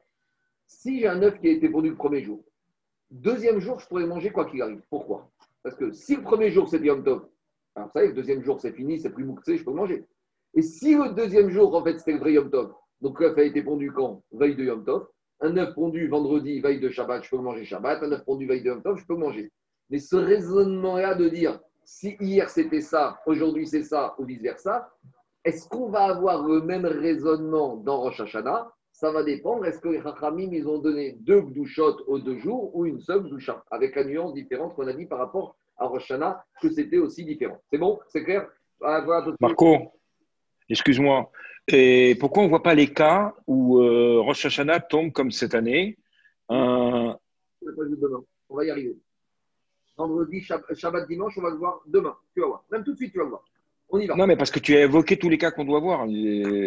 Speaker 1: Si j'ai un œuf qui a été pondu le premier jour, deuxième jour, je pourrais manger quoi qu'il arrive. Pourquoi? Parce que si le premier jour, c'est Yom Tov, alors vous savez, le deuxième jour, c'est fini, c'est plus mouxé, je peux le manger. Et si le deuxième jour, en fait, c'était le vrai Yom Tov, donc l'œuf a été pondu quand? Veille de Yom Tov. Un œuf pondu vendredi, veille de Shabbat, je peux le manger Shabbat. Un œuf pondu veille de Yom Tov, je peux le manger. Mais ce raisonnement-là de dire, si hier c'était ça, aujourd'hui c'est ça, ou vice-versa, est-ce qu'on va avoir le même raisonnement dans Rosh Hashanah? Ça va dépendre. Est-ce que les Chachamim, ils ont donné 2 Gdushot aux 2 jours ou une seule Gdusha? Avec la nuance différente qu'on a dit par rapport à Rosh Hashanah, que c'était aussi différent. C'est bon? C'est clair? Voilà,
Speaker 6: Marco, excuse-moi. Et pourquoi on ne voit pas les cas où Rosh Hashanah tombe comme cette année
Speaker 1: demain. On va y arriver. Vendredi, Shabbat, dimanche, on va le voir demain. Tu vas voir. Même tout de suite, tu vas voir. On y va.
Speaker 6: Non, mais parce que tu as évoqué tous les cas qu'on doit voir. On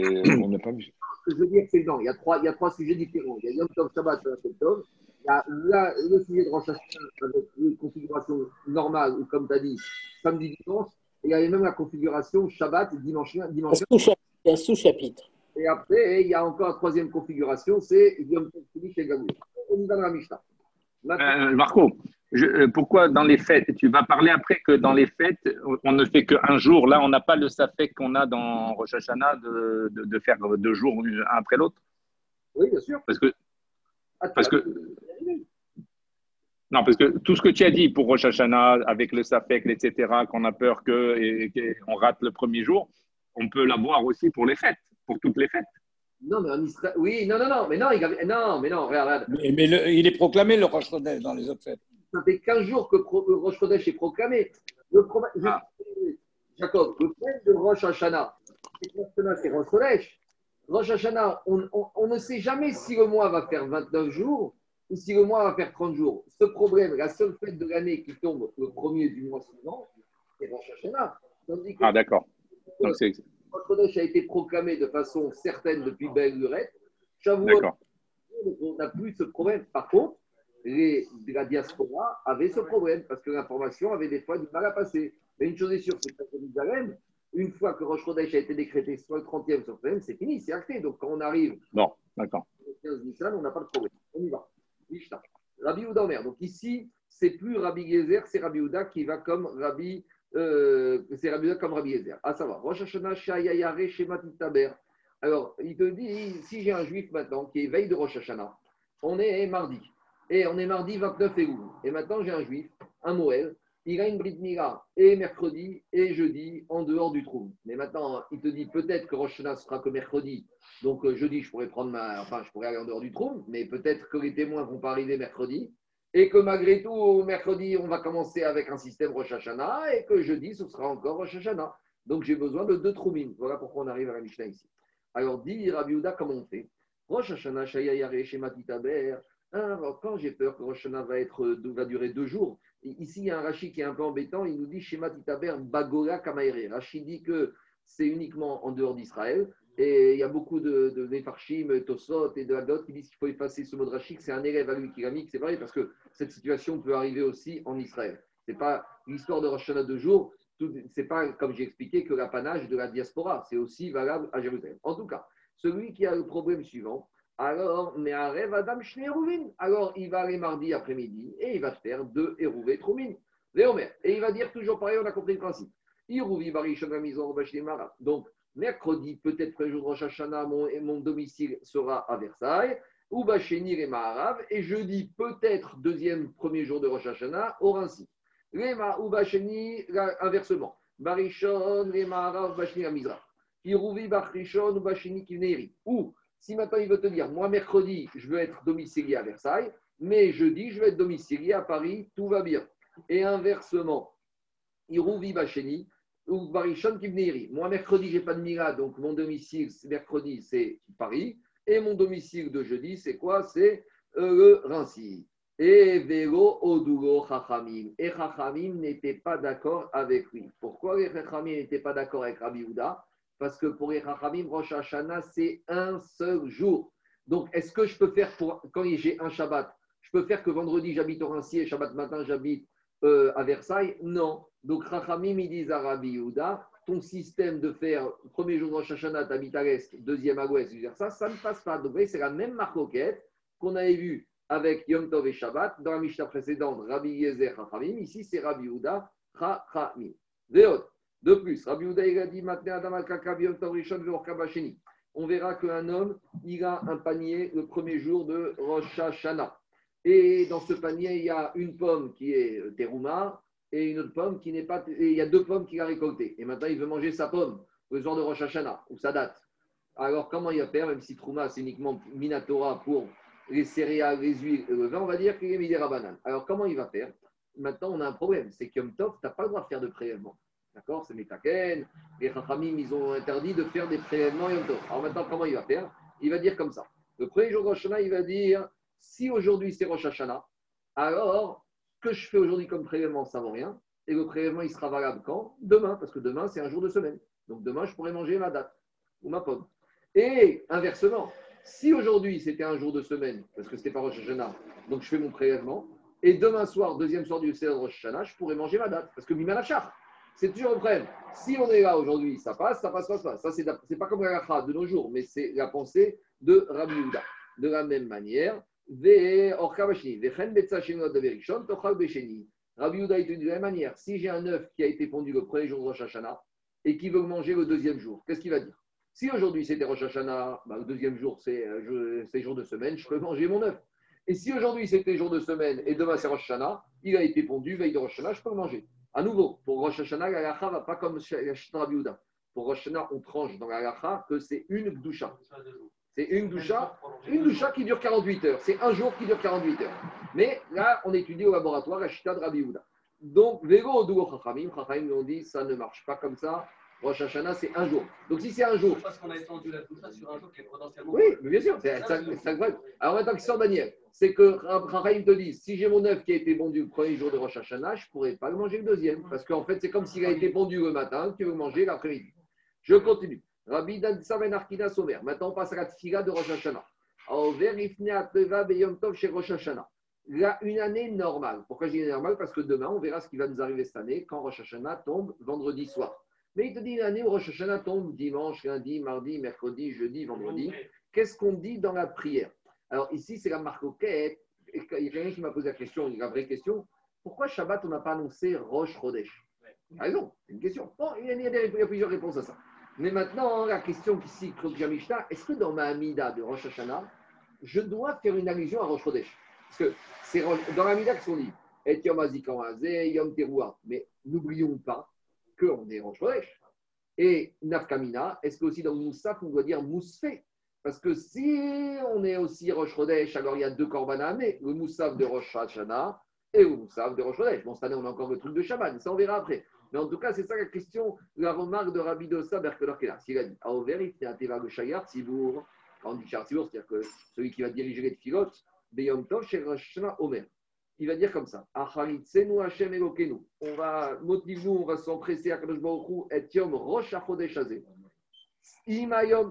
Speaker 6: n'a pas vu.
Speaker 1: Ce que je veux dire, c'est que non, il y a 3 sujets différents. Il y a Yom Tov, Shabbat, Yom Tov. Il y a le sujet de Rosh Hashanah avec une configuration normale, ou comme tu as dit, samedi, dimanche. Et il y a même la configuration Shabbat, dimanche.
Speaker 3: Un sous-chapitre.
Speaker 1: Et après, il y a encore une 3e configuration, c'est Yom Tov, chez Gagoul. On y va dans la Mishnah.
Speaker 7: Marco, pourquoi dans les fêtes? Tu vas parler après que dans les fêtes, on ne fait qu'un jour. Là, on n'a pas le safek qu'on a dans Rosh Hashanah de faire 2 jours un après l'autre.
Speaker 1: Oui, bien sûr.
Speaker 7: Parce que tout ce que tu as dit pour Rosh Hashanah, avec le safek, etc., qu'on a peur qu'on rate le premier jour, on peut l'avoir aussi pour les fêtes, pour toutes les fêtes.
Speaker 1: Non, mais en Israël. Oui, non, regarde.
Speaker 4: Mais il est proclamé le Rosh Chodesh dans les autres fêtes.
Speaker 1: Ça fait 15 jours que le Rosh Chodesh est proclamé. Jacob, le problème de Rosh Hashanah, c'est Rosh Chodesh. Rosh Hashanah, on ne sait jamais si le mois va faire 29 jours ou si le mois va faire 30 jours. Ce problème, la seule fête de l'année qui tombe le premier du mois suivant, c'est Rosh Hashanah.
Speaker 7: D'accord. Donc,
Speaker 1: Rosh Chodesh a été proclamé de façon certaine depuis Bel Lurette.
Speaker 7: D'accord.
Speaker 1: On n'a plus ce problème. Par contre, la diaspora avait ce problème parce que l'information avait des fois du mal à passer. Mais une chose est sûre, c'est que Jérusalem, une fois que Rosh Chodesh a été décrété soit le 30e, soit le 30e, c'est fini, c'est acté. Donc quand on arrive
Speaker 7: bon, d'accord.
Speaker 1: au 15 Nissan, on n'a pas de problème. On y va. Mishnah. Rabbi Houda Omer. Donc ici, c'est plus Rabbi Gezer, c'est Rabbi Houda qui va comme Rabbi c'est Rabbi Yehuda comme Rabbi Yezer. À savoir, Rosh Hashanah, Shayayare, Shema Taber. Alors, il te dit, si j'ai un juif maintenant qui est veille de Rosh Hashanah, on est mardi. Et on est mardi 29 Elul. Et maintenant, j'ai un juif, un Moël, il a une Brit Mila et mercredi et jeudi en dehors du trou. Mais maintenant, il te dit peut-être que Rosh Hashanah sera que mercredi. Donc, jeudi, je pourrais je pourrais aller en dehors du trou. Mais peut-être que les témoins ne vont pas arriver mercredi. Et que malgré tout, mercredi, on va commencer avec un système Rosh Hashanah. Et que jeudi, ce sera encore Rosh Hashanah. Donc, j'ai besoin de 2 troumines. Voilà pourquoi on arrive à la Mishnah ici. Alors, dit Rabbi Yehuda, comment on fait? Rosh Hashanah, Shayayare, Shema Titaber. Alors, quand j'ai peur que Rosh Hashanah va durer 2 jours, ici, il y a un Rashi qui est un peu embêtant. Il nous dit Shema Titaber, Bagola Kamaere. Rashi dit que c'est uniquement en dehors d'Israël. Et il y a beaucoup de Nefarshim, Tosot et de Hadot qui disent qu'il faut effacer ce mot de Rashi, que c'est un élève à lui qui l'a mis, que c'est vrai, parce que cette situation peut arriver aussi en Israël. Ce n'est pas l'histoire de Rosh Hashanah 2 jours. Ce n'est pas, comme j'ai expliqué, que l'apanage de la diaspora. C'est aussi valable à Jérusalem. En tout cas, celui qui a le problème suivant, alors, mais un rêve Adam Shnerouvin. Alors, il va aller mardi après-midi et il va faire 2 Hérouvé Troumine. Et il va dire toujours pareil, on a compris le principe. Donc, mercredi, peut-être que le jour de Rosh Hashanah, mon domicile sera à Versailles, ou Bachénir et Maharav, et jeudi, peut-être premier jour de Rosh Hashanah, au Rinci. Lema ou Bachénir, inversement. Barishon, les Maharav, Bachénir à Mizrach. Irouvi, Bachrishon, ou Bachénir Kivneiri. Ou, si maintenant il veut te dire, moi mercredi, je veux être domicilié à Versailles, mais jeudi, je veux être domicilié à Paris, tout va bien. Et inversement, Irouvi Bacheni ou Barishon Kivneiri. Moi mercredi, je n'ai pas de Mila, donc mon domicile mercredi, c'est Paris. Et mon domicile de jeudi, c'est quoi? C'est le Rinci. Et Vélo Odulo Chachamim. Et Chachamim n'était pas d'accord avec lui. Pourquoi les Chachamim n'étaient pas d'accord avec Rabbi Yehuda? Parce que pour les Chachamim, Rosh Hashanah, c'est un seul jour. Donc, est-ce que je peux faire, quand j'ai un Shabbat, je peux faire que vendredi, j'habite au Rinci et Shabbat matin, j'habite à Versailles? Non. Donc, Chachamim, ils disent à Rabbi Yehuda, ton système de faire premier jour de Rosh Hashanah, tu habites à l'Est, deuxième à l'Ouest, ça ne passe pas. Donc, vous voyez, c'est la même marcoquette qu'on avait vue avec Yom Tov et Shabbat dans la Mishnah précédente, Rabbi Yezer Chachamim. Ici, c'est Rabbi Yehuda Chachamim. Véot. De plus, Rabbi Yehuda, il a dit maintenant, on verra qu'un homme, il a un panier le premier jour de Rosh Hashanah. Et dans ce panier, il y a une pomme qui est terouma et une autre pomme qui n'est pas. Et il y a 2 pommes qu'il a récoltées. Et maintenant, il veut manger sa pomme le soir de Rosh Hashanah, ou sa date. Alors, comment il va faire, même si trouma, c'est uniquement Minatora pour les céréales, les huiles et le vin, on va dire qu'il est mis des rabanan. Alors, comment il va faire? Maintenant, on a un problème. C'est que Yom Tov, tu n'as pas le droit de faire de prélèvement. D'accord? C'est Metaken. Les Chachamim, ils ont interdit de faire des prélèvements Yom Tov. Alors maintenant, comment il va faire? Il va dire comme ça. Le premier jour de Rosh Hashanah, il va dire, si aujourd'hui c'est Rosh Hashanah, alors, ce que je fais aujourd'hui comme prélèvement, ça ne vaut rien. Et le prélèvement, il sera valable quand? Demain, parce que demain, c'est un jour de semaine. Donc demain, je pourrais manger ma date ou ma pomme. Et inversement, si aujourd'hui c'était un jour de semaine, parce que ce n'était pas Rosh Hashanah, donc je fais mon prélèvement, et demain soir, deuxième soir du Seder de Rosh Hashanah, je pourrais manger ma date, parce que Mimalachar, c'est toujours le problème. Si on est là aujourd'hui, ça passe. Ça, c'est pas comme la Racha de nos jours, mais c'est la pensée de Rabbi Yehuda. De la même manière, Rabbi Yehuda, il te dit de la même manière, si j'ai un œuf qui a été pondu le premier jour de Rosh Hashanah et qui veut le manger le deuxième jour, qu'est-ce qu'il va dire? Si aujourd'hui c'était Rosh Hashanah, le deuxième jour c'est jour de semaine, je peux manger mon œuf. Et si aujourd'hui c'était jour de semaine et demain c'est Rosh Hashanah, il a été pondu, veille de Rosh Hashanah, je peux le manger. À nouveau, pour Rosh Hashanah, la halakha ne va pas comme Rabbi Yehuda. Pour Rosh Hashanah, on tranche dans la halakha que c'est une gdusha. C'est une gdusha qui dure 48 heures. C'est un jour qui dure 48 heures. Mais là, on étudie au laboratoire la chita de Rabbi Yehuda. Donc, Vego Odugo Chachamim, Chachamim ont dit ça ne marche pas comme ça. Rosh Hashanah, c'est un jour. Donc, si c'est un jour.
Speaker 2: Parce qu'on a étendu la gdusha sur un jour qui est potentiellement.
Speaker 1: Oui, mais bien sûr, c'est ça. Alors, maintenant, qui sort Daniel, c'est que Chachamim te dit si j'ai mon œuf qui a été pondu le premier jour de Rosh Hashanah, je ne pourrais pas le manger le deuxième. Parce qu'en fait, c'est comme s'il a été pondu le matin, tu veux le manger l'après-midi. Je continue. Rabbi Dan Saven Arkina Sover. Maintenant, on passe à la tfila de Rosh Hashanah. Là, une année normale. Pourquoi je dis normale? Parce que demain, on verra ce qui va nous arriver cette année quand Rosh Hashanah tombe vendredi soir. Mais il te dit une année où Rosh Hashanah tombe dimanche, lundi, mardi, mercredi, jeudi, vendredi. Qu'est-ce qu'on dit dans la prière? Alors ici, c'est la marcoquette. Il y a quelqu'un qui m'a posé la question, la vraie question. Pourquoi Shabbat, on n'a pas annoncé Rosh Chodesh? Tu as raison, c'est une question. Bon, il y a plusieurs réponses à ça. Mais maintenant, la question qui clôt la Mishnah, est-ce que dans ma Amida de Rosh Hashanah, je dois faire une allusion à Rosh Chodesh? Parce que c'est dans la Amida qu'on dit, Et Yom Azikan Hazeh, Yom Teruah. Mais n'oublions pas qu'on est Rosh Chodesh. Et Nafkamina, est-ce que aussi dans le Moussaf, on doit dire Mousfé? Parce que si on est aussi Rosh Chodesh, alors il y a deux Korban Hamé, le Moussaf de Rosh Hashanah et le Moussaf de Rosh Chodesh. Bon, cette année, on a encore le truc de Shabbat, ça on verra après. Mais en tout cas, c'est ça la question, la remarque de Rabbi Dossa Berkelor Kelah. S'il a dit, à Over, il a Teva le Shayar Tzibour. Quand on dit Shayar Tzibour, c'est-à-dire que celui qui va diriger les Tfilot, Beyom Tov, chez Rosh Hashanah Omer. Il va dire comme ça, Acharitzenu Hashem Elokenu. On va, motive-nous, on va s'empresser à Kadosh Baruch Hu, et Yom Rosh HaChodesh Hazeh. Imayom,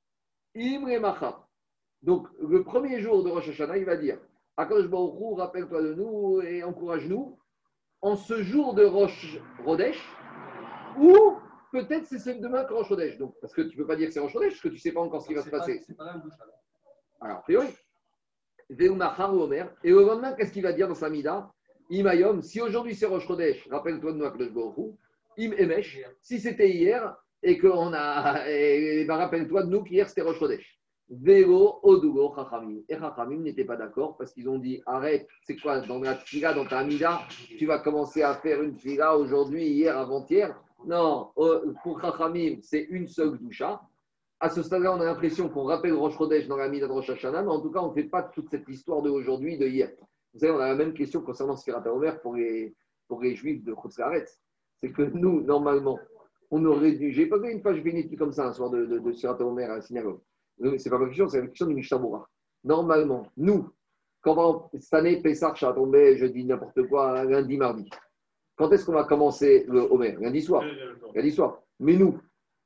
Speaker 1: Imre Macha. Donc, le premier jour de Rosh Hashanah, il va dire, Akadosh Baruch Hu, rappelle-toi de nous et encourage-nous en ce jour de Rosh Chodesh, ou peut-être c'est celui demain que Rosh Chodesh. Donc, parce que tu ne peux pas dire que c'est Rosh Chodesh, parce que tu ne sais pas encore ce qui va se passer.
Speaker 2: C'est pas la même bouche, alors.
Speaker 1: Alors, a priori, Veumachar ou Omer. Et le lendemain, qu'est-ce qu'il va dire dans sa Mida? Imayom, si aujourd'hui c'est Rosh Chodesh, rappelle-toi de nous Akadosh Baruch Hu. Im Emesh, si c'était hier, et qu'on a. Rappelle-toi de nous qu'hier c'était Rosh Chodesh. Vélo, Odugo, Chachamim. Et Chachamim n'étaient pas d'accord parce qu'ils ont dit arrête, c'est quoi dans la tfila, dans ta Amida, tu vas commencer à faire une tfila aujourd'hui, hier, avant-hier. Non, pour Chachamim, c'est une seule doucha. À ce stade-là, on a l'impression qu'on rappelle Rosh Chodesh dans la Amida de Rosh Hashanah, mais en tout cas, on ne fait pas toute cette histoire d'aujourd'hui, de hier. Vous savez, on a la même question concernant Sfirat HaOmer pour les Juifs de Chutz La'aretz. C'est que nous, normalement, on aurait dû. J'ai pas vu une page bénéfique comme ça un soir de Sfirat HaOmer à la synagogue. C'est pas ma question, c'est la question du Mishnah Berurah. Normalement, nous, quand cette année, Pessah, ça a tombé, je dis n'importe quoi, lundi, mardi. Quand est-ce qu'on va commencer le Homer? Lundi soir. Lundi soir. Mais nous,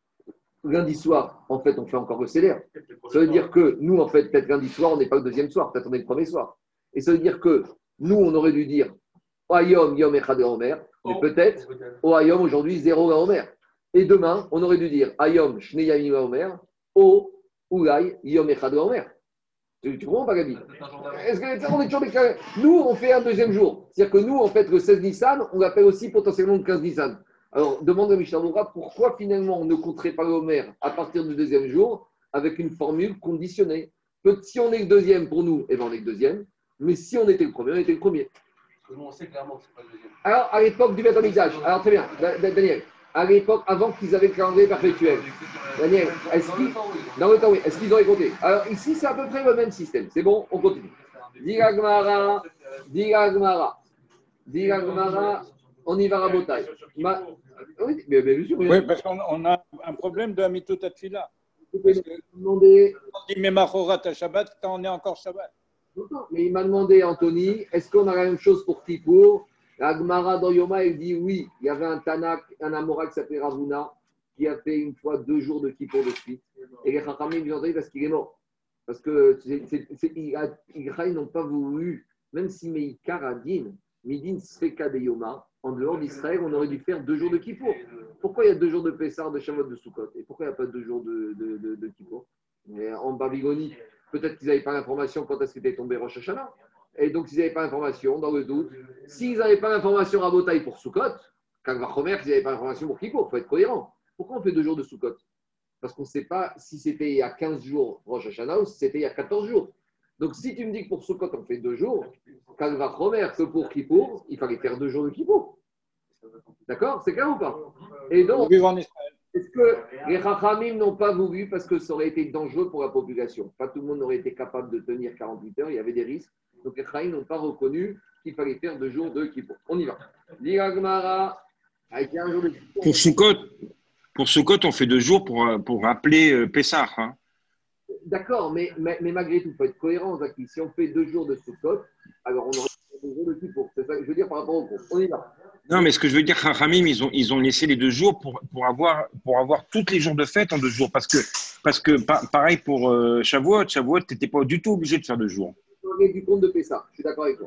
Speaker 1: lundi soir, en fait, on fait encore le CDR. Ça veut dire que nous, en fait, peut-être lundi soir, on n'est pas le deuxième soir, peut-être on est le premier soir. Et ça veut dire que nous, on aurait dû dire Oyom, Yom Echad Homer, mais peut-être Oyom, aujourd'hui, 0 Homer. Et demain, on aurait dû dire Ayom, Shnei Yamim Homer, O. Oulaï, Yom Echad Omer. Tu comprends pas, Gabi? Est-ce que on est toujours déclaré? Nous, on fait un deuxième jour. C'est-à-dire que nous, en fait, le 16 Nissan, on l'appelle aussi potentiellement le 15 Nissan. Alors, demande à Mishnah Berurah pourquoi finalement on ne compterait pas l'Omer à partir du deuxième jour avec une formule conditionnée. Si on est le deuxième pour nous, eh ben on est le deuxième. Mais si on était le premier, on était le premier.
Speaker 2: Parce que nous, on sait clairement que c'est pas le deuxième.
Speaker 1: Alors, à l'époque du Beth Amikdash, alors très bien, Daniel, à l'époque, avant qu'ils avaient le calendrier perpétuel, Daniel, dans le temps, oui, est-ce qu'ils auraient compté? Alors ici, c'est à peu près le même système. C'est bon, on continue. Diga Gemara, on y va rabotaille. Oui, mais bien sûr.
Speaker 4: Oui, parce qu'on a un problème de Amitout Atfila.
Speaker 1: Vous pouvez me demander.
Speaker 4: On dit Memachorat à Shabbat quand on est encore Shabbat.
Speaker 1: Mais il m'a demandé, Anthony, est-ce qu'on a la même chose pour Kippour? La Gemara dans Yoma, elle dit oui. Il y avait un Tanak, un Amora qui s'appelait Ravuna, qui a fait une fois 2 jours de Kippour de suite. Et les Chachamim lui ont dit parce qu'il est mort. Parce que ils n'ont pas voulu, même si Meikar a dit, Midin Sfeka de Yoma, en dehors d'Israël, on aurait dû faire 2 jours de Kippour. Pourquoi il y a 2 jours de Pessar, de Shavuot, de Sukkot? Et pourquoi il n'y a pas 2 jours de Kippour? En Babylonie, peut-être qu'ils n'avaient pas l'information quand est-ce qu'était tombé Rosh Hashanah. Et donc, s'ils n'avaient pas l'information, dans le doute, s'ils n'avaient pas l'information à Botaï pour Sukkot, quand Vachomer, s'ils n'avaient pas l'information pour Kippour, il faut être cohérent. Pourquoi on fait 2 jours de Sukkot? Parce qu'on ne sait pas si c'était il y a 15 jours Rosh Hashanah ou si c'était il y a 14 jours. Donc, si tu me dis que pour Sukkot, on fait 2 jours, quand Vachomer, que pour Kippour, il fallait faire 2 jours de Kippour. D'accord? C'est clair ou pas? Et donc, est-ce que les Chachamim n'ont pas voulu parce que ça aurait été dangereux pour la population? Pas tout le monde n'aurait été capable de tenir 48 heures, il y avait des risques. Donc les Chachamim n'ont pas reconnu qu'il fallait faire 2 jours de Kippour. On y va. L'Iragmara, avec un jour de Kippour.
Speaker 6: Pour Sukkot, on fait 2 jours pour rappeler Pessah. Hein.
Speaker 1: D'accord, mais malgré tout, il faut être cohérent, Zaki. Si on fait 2 jours de Sukkot, alors on aurait fait 2 jours de Kippour. C'est ça que je veux dire par rapport au groupe. On y va.
Speaker 6: Non, mais ce que je veux dire, Chachamim, ils ont laissé les 2 jours pour avoir tous les jours de fête en 2 jours. Parce que pareil pour Shavuot, tu n'étais pas du tout obligé de faire 2 jours.
Speaker 1: On est du compte de Pessah, je suis d'accord avec toi.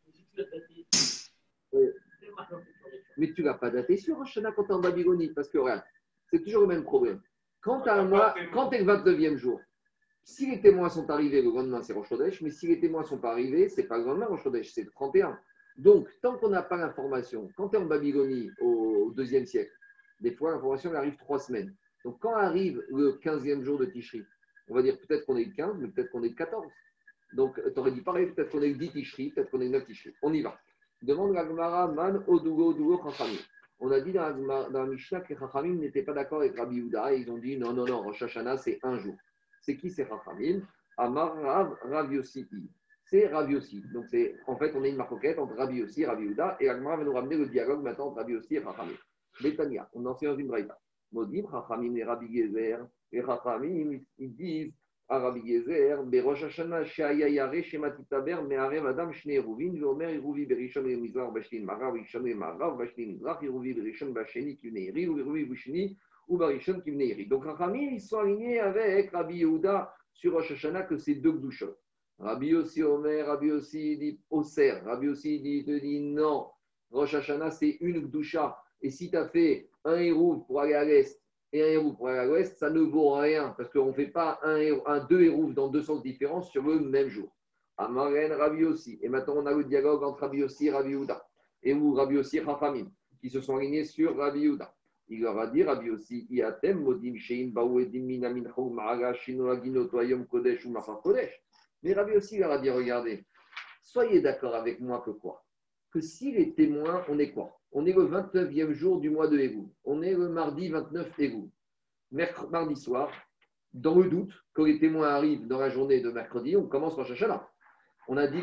Speaker 1: Mais tu ne l'as pas daté sur Rosh Hashanah quand tu es en Babylonie, parce que regarde, c'est toujours le même problème. Quand tu es le 29e jour, si les témoins sont arrivés, le lendemain c'est Rosh Chodesh, mais si les témoins ne sont pas arrivés, ce n'est pas le lendemain Rosh Chodesh, c'est le 31.
Speaker 8: Donc, tant qu'on n'a pas l'information, quand tu es en Babylonie au IIe siècle, des fois l'information elle arrive 3 semaines. Donc, quand arrive le 15e jour de Tishri, on va dire peut-être qu'on est le 15, mais peut-être qu'on est le 14. Donc, tu aurais dit pareil, peut-être qu'on est le 10 Tishri, peut-être qu'on est le 9 Tishri. On y va. Demande la Gemara, Man, Odugo, Odugo, Chachamim. On a dit dans la Mishnah que les Chachamim n'étaient pas d'accord avec Rabbi Yehuda et ils ont dit non, Rosh Hashanah, c'est un jour. C'est qui ces Chachamim? Amar Rav Yossi. C'est Rav Yossi. Donc, en fait, on a une marcoquette entre Rabbi Yossi et Rabbi Yehuda et la Gemara va nous ramener le dialogue maintenant entre Rabbi Yossi et Chachamim. Betania, on enseigne dans une braïta. Modim, Chachamim et Rabbi Gezer. Et Chachamim, ils disent à Rabbi Gezer, Berosh Hashanah, Sheaya Yare, Shematitaber, Me'arev Adam, Shnei Eruvin, Veomer Eruvi Berishon et Mizrach, Bashtin Marav, Rishon et Marav, Bashtin Mizrach, Eruvi Berishon, Basheni, Kivneiri, Eruvi Bushni, ou Barishon, Kivneiri. Donc, Chachamim, ils sont alignés avec Rabbi Yehuda sur Rosh Hashanah que c'est deux Gdushot. Rabbi Yossi Omer, Rabbi Yossi dit Oser, Rabbi Yossi te dit non, Rosh Hashanah c'est une Gdusha. Et si tu as fait un Hérouv pour aller à l'est et un Hérouv pour aller à l'ouest, ça ne vaut rien parce qu'on ne fait pas deux Hérouv dans deux sens différents sur le même jour. Amaren, Rabbi Yossi. Et maintenant on a le dialogue entre Rabbi Yossi et Rabbi Yehuda. Et où Rabbi Yossi et Chachamim qui se sont alignés sur Rabbi Yehuda. Il leur a dit, Rabbi Yossi, Iatem, Modim, Shein, Baou, Edim, Minamin, Chou, Maraga, Shino, Agino, Toyom, Kodesh ou Machar Kodesh. Mais Rabbi Yossi leur a dit, regardez, soyez d'accord avec moi que quoi? Que si les témoins, on est quoi? On est le 29e jour du mois de Hérouv. On est le mardi 29 Hérouv. Mardi soir, dans le doute que les témoins arrivent dans la journée de mercredi, on commence Rosh Hashanah. On a dit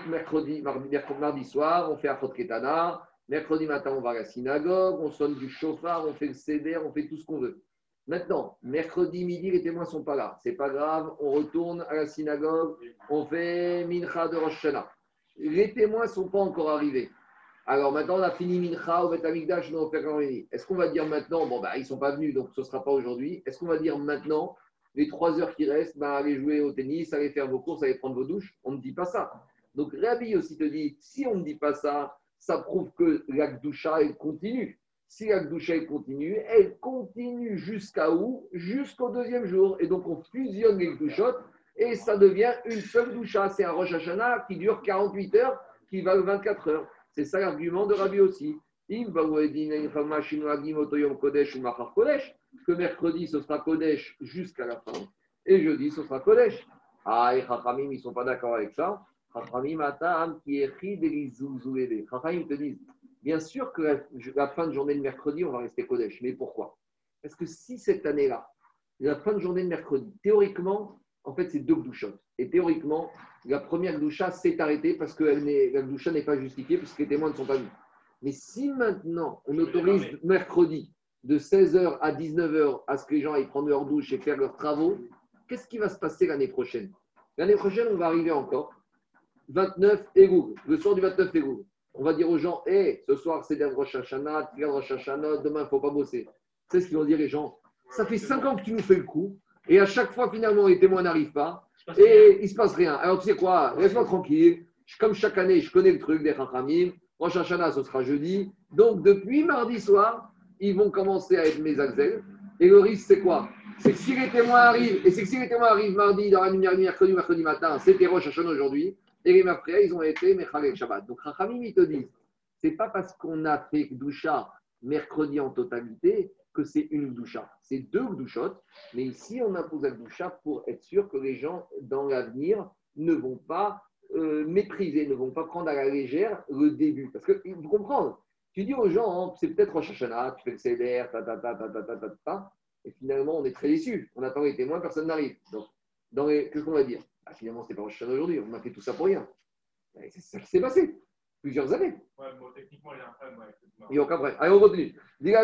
Speaker 8: que mardi soir, on fait Achot Ketana. Mercredi matin, on va à la synagogue, on sonne du chauffard, on fait le seder, on fait tout ce qu'on veut. Maintenant, mercredi midi, les témoins ne sont pas là. C'est pas grave, on retourne à la synagogue, on fait Mincha de Rosh Hashanah. Les témoins ne sont pas encore arrivés. Alors maintenant, on a fini Mincha au Beth Amikdash, on fait Rameni. Est-ce qu'on va dire maintenant, ils ne sont pas venus, donc ce ne sera pas aujourd'hui. Est-ce qu'on va dire maintenant, les 3 heures qui restent, allez jouer au tennis, allez faire vos courses, allez prendre vos douches? On ne dit pas ça. Donc Rabbi aussi te dit, si on ne dit pas ça, ça prouve que la Gdusha, elle continue. Si la Gdusha, elle continue jusqu'à où? Jusqu'au 2e jour. Et donc, on fusionne les Gdushot et ça devient une seule Gdusha. C'est un Rosh Hashanah qui dure 48 heures, qui va 24 heures. C'est ça l'argument de Rabbi aussi. Que mercredi, ce sera Kodesh jusqu'à la fin. Et jeudi, ce sera Kodesh. Ah, et Chachamim, ils ne sont pas d'accord avec ça. Chachamim te disent, bien sûr que la fin de journée de mercredi, on va rester Kodesh. Mais pourquoi? Parce que si cette année-là, la fin de journée de mercredi, théoriquement, en fait, c'est 2 Gdushot. Et théoriquement, la première Gdusha s'est arrêtée parce que la Gdusha n'est pas justifiée, puisque les témoins ne sont pas venus. Mais si maintenant, on autorise mercredi de 16h à 19h à ce que les gens aillent prendre leur douche et faire leurs travaux, qu'est-ce qui va se passer l'année prochaine? L'année prochaine, on va arriver encore 29 Hérouv, le soir du 29 Hérouv. On va dire aux gens, ce soir, c'est Rosh Hashanah, Rosh Hashanah, demain, il ne faut pas bosser. C'est ce qu'ils vont dire les gens. Ça fait 5 ans que tu nous fais le coup, et à chaque fois, finalement, les témoins n'arrivent pas, et il ne se passe rien. Alors, tu sais quoi, laisse-moi tranquille. Comme chaque année, je connais le truc des Chachamim. Rosh Hashanah, ce sera jeudi. Donc, depuis mardi soir, ils vont commencer à être mes axels. Et le risque, c'est quoi? C'est que si les témoins arrivent, mardi, dans la nuit, mercredi matin, c'était Rosh Hashanah aujourd'hui. Et les après, ils ont été Mechalel Shabbat. Donc, Chachamim, ils te disent, c'est pas parce qu'on a fait Gdusha mercredi en totalité que c'est une Gdusha. C'est 2 Gdushot, mais ici, on impose la Gdusha pour être sûr que les gens, dans l'avenir, ne vont pas mépriser, ne vont pas prendre à la légère le début. Parce que, vous comprenez, tu dis aux gens, c'est peut-être Rosh Hashanah, tu fais le Seder, et finalement, on est très déçus. On attend les témoins, personne n'arrive. Donc, qu'est-ce qu'on va dire? Finalement, ce n'est pas Rosh Hashanah aujourd'hui, on a fait tout ça pour rien. Et c'est ça qui s'est passé. Plusieurs années.
Speaker 5: Ouais, bon, techniquement, il y a un problème.
Speaker 8: Il n'y a aucun problème. Allez, on continue.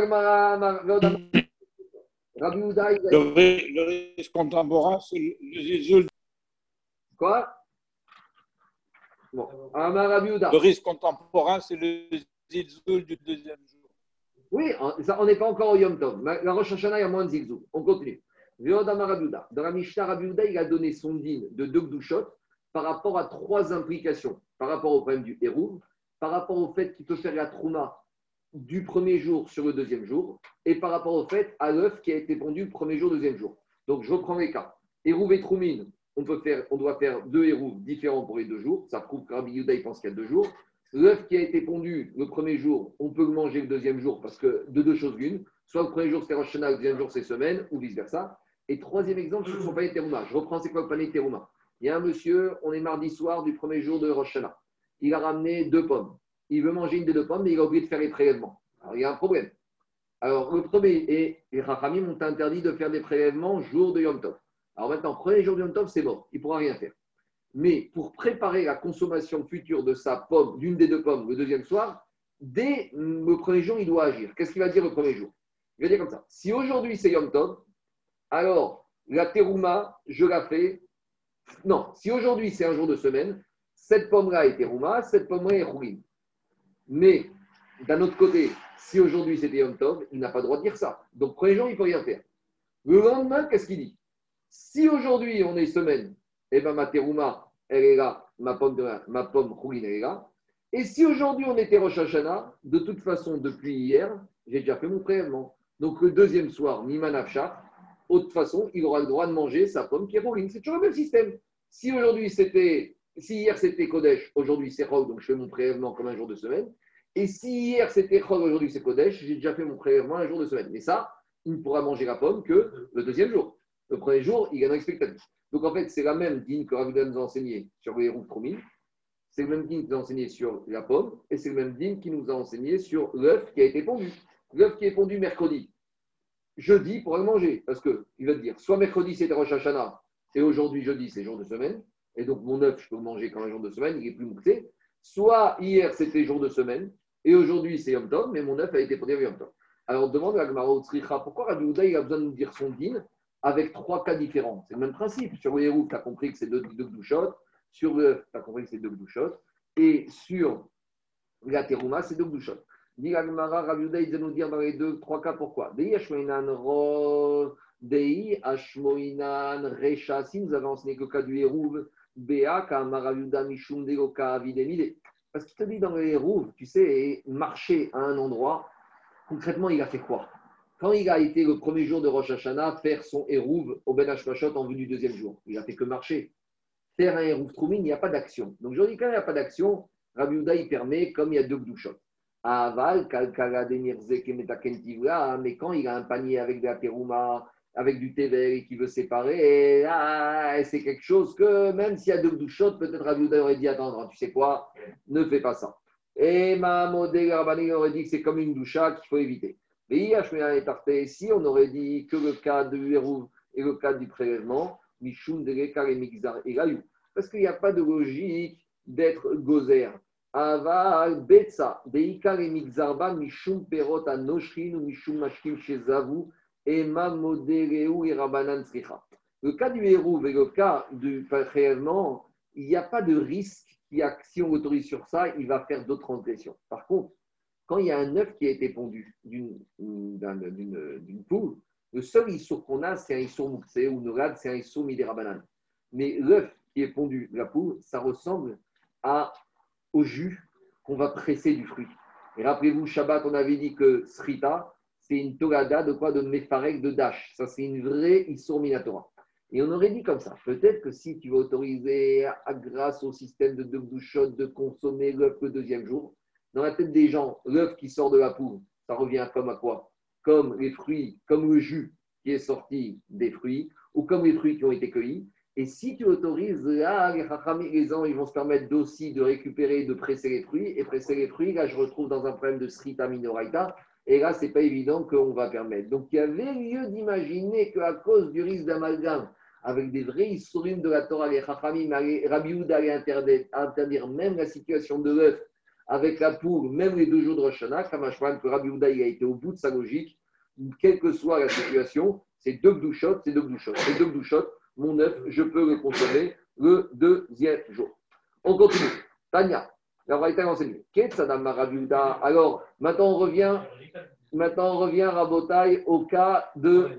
Speaker 4: Le risque contemporain, c'est le zilzoul.
Speaker 8: Quoi? Bon.
Speaker 4: Le risque contemporain, c'est le zilzoul du 2e jour.
Speaker 8: Oui, on n'est pas encore au Yom Tov. La Rosh Hashanah, il y a moins de zilzoul. On continue. Dans la Mishnah, Rabbi Yehuda, il a donné son din de 2 Gdushot par rapport à 3 implications. Par rapport au problème du Hérouv, par rapport au fait qu'il peut faire la Trouma du 1er jour sur le 2e jour, et par rapport au fait à l'œuf qui a été pondu le 1er jour, 2e jour. Donc, je reprends les cas. Hérouv et Troumine, on doit faire 2 Hérouv différents pour les 2 jours. Ça prouve que Rabbi Yehuda, il pense qu'il y a 2 jours. l'œuf qui a été pondu le premier jour, on peut le manger le deuxième jour parce que de deux choses l'une, soit le premier jour c'est Rosh Hashanah, le deuxième jour c'est semaine, ou vice-versa. Et troisième exemple, ce sont panier terouma. Je reprends, c'est quoi le panier terouma? Il y a un monsieur, on est mardi soir du premier jour de Rosh Hashanah. Il a ramené 2 pommes. Il veut manger une des 2 pommes, mais il a oublié de faire les prélèvements. Alors, il y a un problème. Alors, le premier, et les Rachamim ont interdit de faire des prélèvements jour de Yom Tov. Alors maintenant, premier jour de Yom Tov, c'est mort. Il ne pourra rien faire. Mais pour préparer la consommation future de sa pomme, d'une des 2 pommes, le deuxième soir, dès le premier jour, il doit agir. Qu'est-ce qu'il va dire le premier jour? Il va dire comme ça. Si aujourd'hui c'est Yom Tov, alors la terouma, je la fais. Non, si aujourd'hui c'est un jour de semaine, cette pomme-là est terouma, cette pomme-là est choulin. Mais d'un autre côté, si aujourd'hui c'était Yom Tov, il n'a pas le droit de dire ça. Donc, premier jour, il ne peut rien faire. Le lendemain, qu'est-ce qu'il dit? Si aujourd'hui on est semaine, eh ben ma terouma, elle est là, ma pomme choulin, elle est là. Et si aujourd'hui on était Rosh Hashanah, de toute façon, depuis hier, j'ai déjà fait mon prélèvement. Donc, le deuxième soir, Niman Afshar, de toute façon, il aura le droit de manger sa pomme qui est choulin. C'est toujours le même système. Si hier c'était Kodesh, aujourd'hui c'est Chol, donc je fais mon prélèvement comme un jour de semaine. Et si hier c'était Chol, aujourd'hui c'est Kodesh, j'ai déjà fait mon prélèvement un jour de semaine. Mais ça, il ne pourra manger la pomme que le deuxième jour. Le premier jour, il gagne expectative. Donc en fait, c'est la même dîne que Rav Yehuda nous a enseigné sur les roues tromines. C'est le même dîne qui nous a enseigné sur la pomme. Et c'est le même dîne qui nous a enseigné sur l'œuf qui a été pondu. L'œuf qui est pondu mercredi. Jeudi, il pourra le manger. Parce qu'il va te dire, soit mercredi c'était Rosh Hashanah, et aujourd'hui, jeudi, c'est jour de semaine. Et donc, mon œuf, je peux le manger comme un jour de semaine, il est plus moussé. Soit hier, c'était jour de semaine, et aujourd'hui, c'est Yom Tov, mais mon œuf a été pondu Yom Tov. Alors, on demande à Gemara Otsricha, pourquoi Rabbi Yehuda, il a besoin de nous dire son din avec 3 cas différents? C'est le même principe. Sur le hérouf, tu as compris que c'est 2 gdouchot. Sur l'œuf, tu as compris que c'est 2 gdouchot. Et sur la terouma, c'est 2 gdouchot. Dit la Gemara, Rabbi Yehuda, il va nous dire dans les 3 cas pourquoi. Dei, Ashmoinan, Recha, si nous avons enseigné le cas du Hérouv, Béa, Kamaravuda, Mishum, Degoka, Avidemide. Parce qu'il te dit dans le Hérouv, tu sais, marcher à un endroit, concrètement, il a fait quoi? Quand il a été le premier jour de Rosh Hashanah, faire son Hérouv au Ben Hashmashot en vue du deuxième jour, il a fait que marcher. Faire un Hérouv Troumine, il n'y a pas d'action. Donc je dis, quand il n'y a pas d'action, Rabbi Yehuda, il permet, comme il y a 2 gdouchot. Aval, Kalkala, Demirzek, Metakentivra, mais quand il a un panier avec de la terouma, avec du thé vert et qui veut séparer, c'est quelque chose que même s'il y a 2 gdouchot, peut-être Rabbi Yehuda aurait dit attends, tu sais quoi, ne fais pas ça. Et Mahamodé Rabbané aurait dit que c'est comme une doucha qu'il faut éviter. Mais si on aurait dit que le cas du hérouv et le cas du prélèvement, Mishum Derekar et Mixar et Gayou, parce qu'il n'y a pas de logique d'être gozer. Aval Betsa, Deikar et Mixarba, Mishum Perot à Noshrin ou Mishum Mashkim chez Zavou. Le cas du hérouv et le cas du prélèvement, il n'y a pas de risque si on l'autorise sur ça, il va faire d'autres transgressions. Par contre, quand il y a un œuf qui a été pondu d'une poule, le seul issour qu'on a, c'est un issour mouxé ou norad, c'est un issour midérabanan. Mais l'œuf qui est pondu de la poule, ça ressemble au jus qu'on va presser du fruit. Et rappelez-vous, Shabbat, on avait dit que srita, c'est une torada de quoi? De mefarek, de dash. Ça, c'est une vraie Issour Minatora. Et on aurait dit comme ça. Peut-être que si tu vas autoriser, grâce au système de 2 gdouchot, de consommer l'œuf le deuxième jour, dans la tête des gens, l'œuf qui sort de la poule, ça revient comme à quoi? Comme les fruits, comme le jus qui est sorti des fruits, ou comme les fruits qui ont été cueillis. Et si tu autorises, là, les gens, ils vont se permettre aussi de récupérer, de presser les fruits. Et presser les fruits, là, je retrouve dans un problème de srita minoraita. Et là, ce n'est pas évident qu'on va permettre. Donc, il y avait lieu d'imaginer qu'à cause du risque d'amalgame, avec des vrais historiens de la Torah, les Chachamim, Rabbi Yehuda allait interdire même la situation de l'œuf avec la poule, même les 2 jours de Rosh Hashanah, Kamashman, que Rabbi Yehuda il a été au bout de sa logique, quelle que soit la situation, c'est 2 gdouchot, c'est 2 gdouchot. C'est 2 gdouchot, mon œuf, je peux le consommer le deuxième jour. On continue. Tania. Alors, maintenant on revient, Rabotai, au cas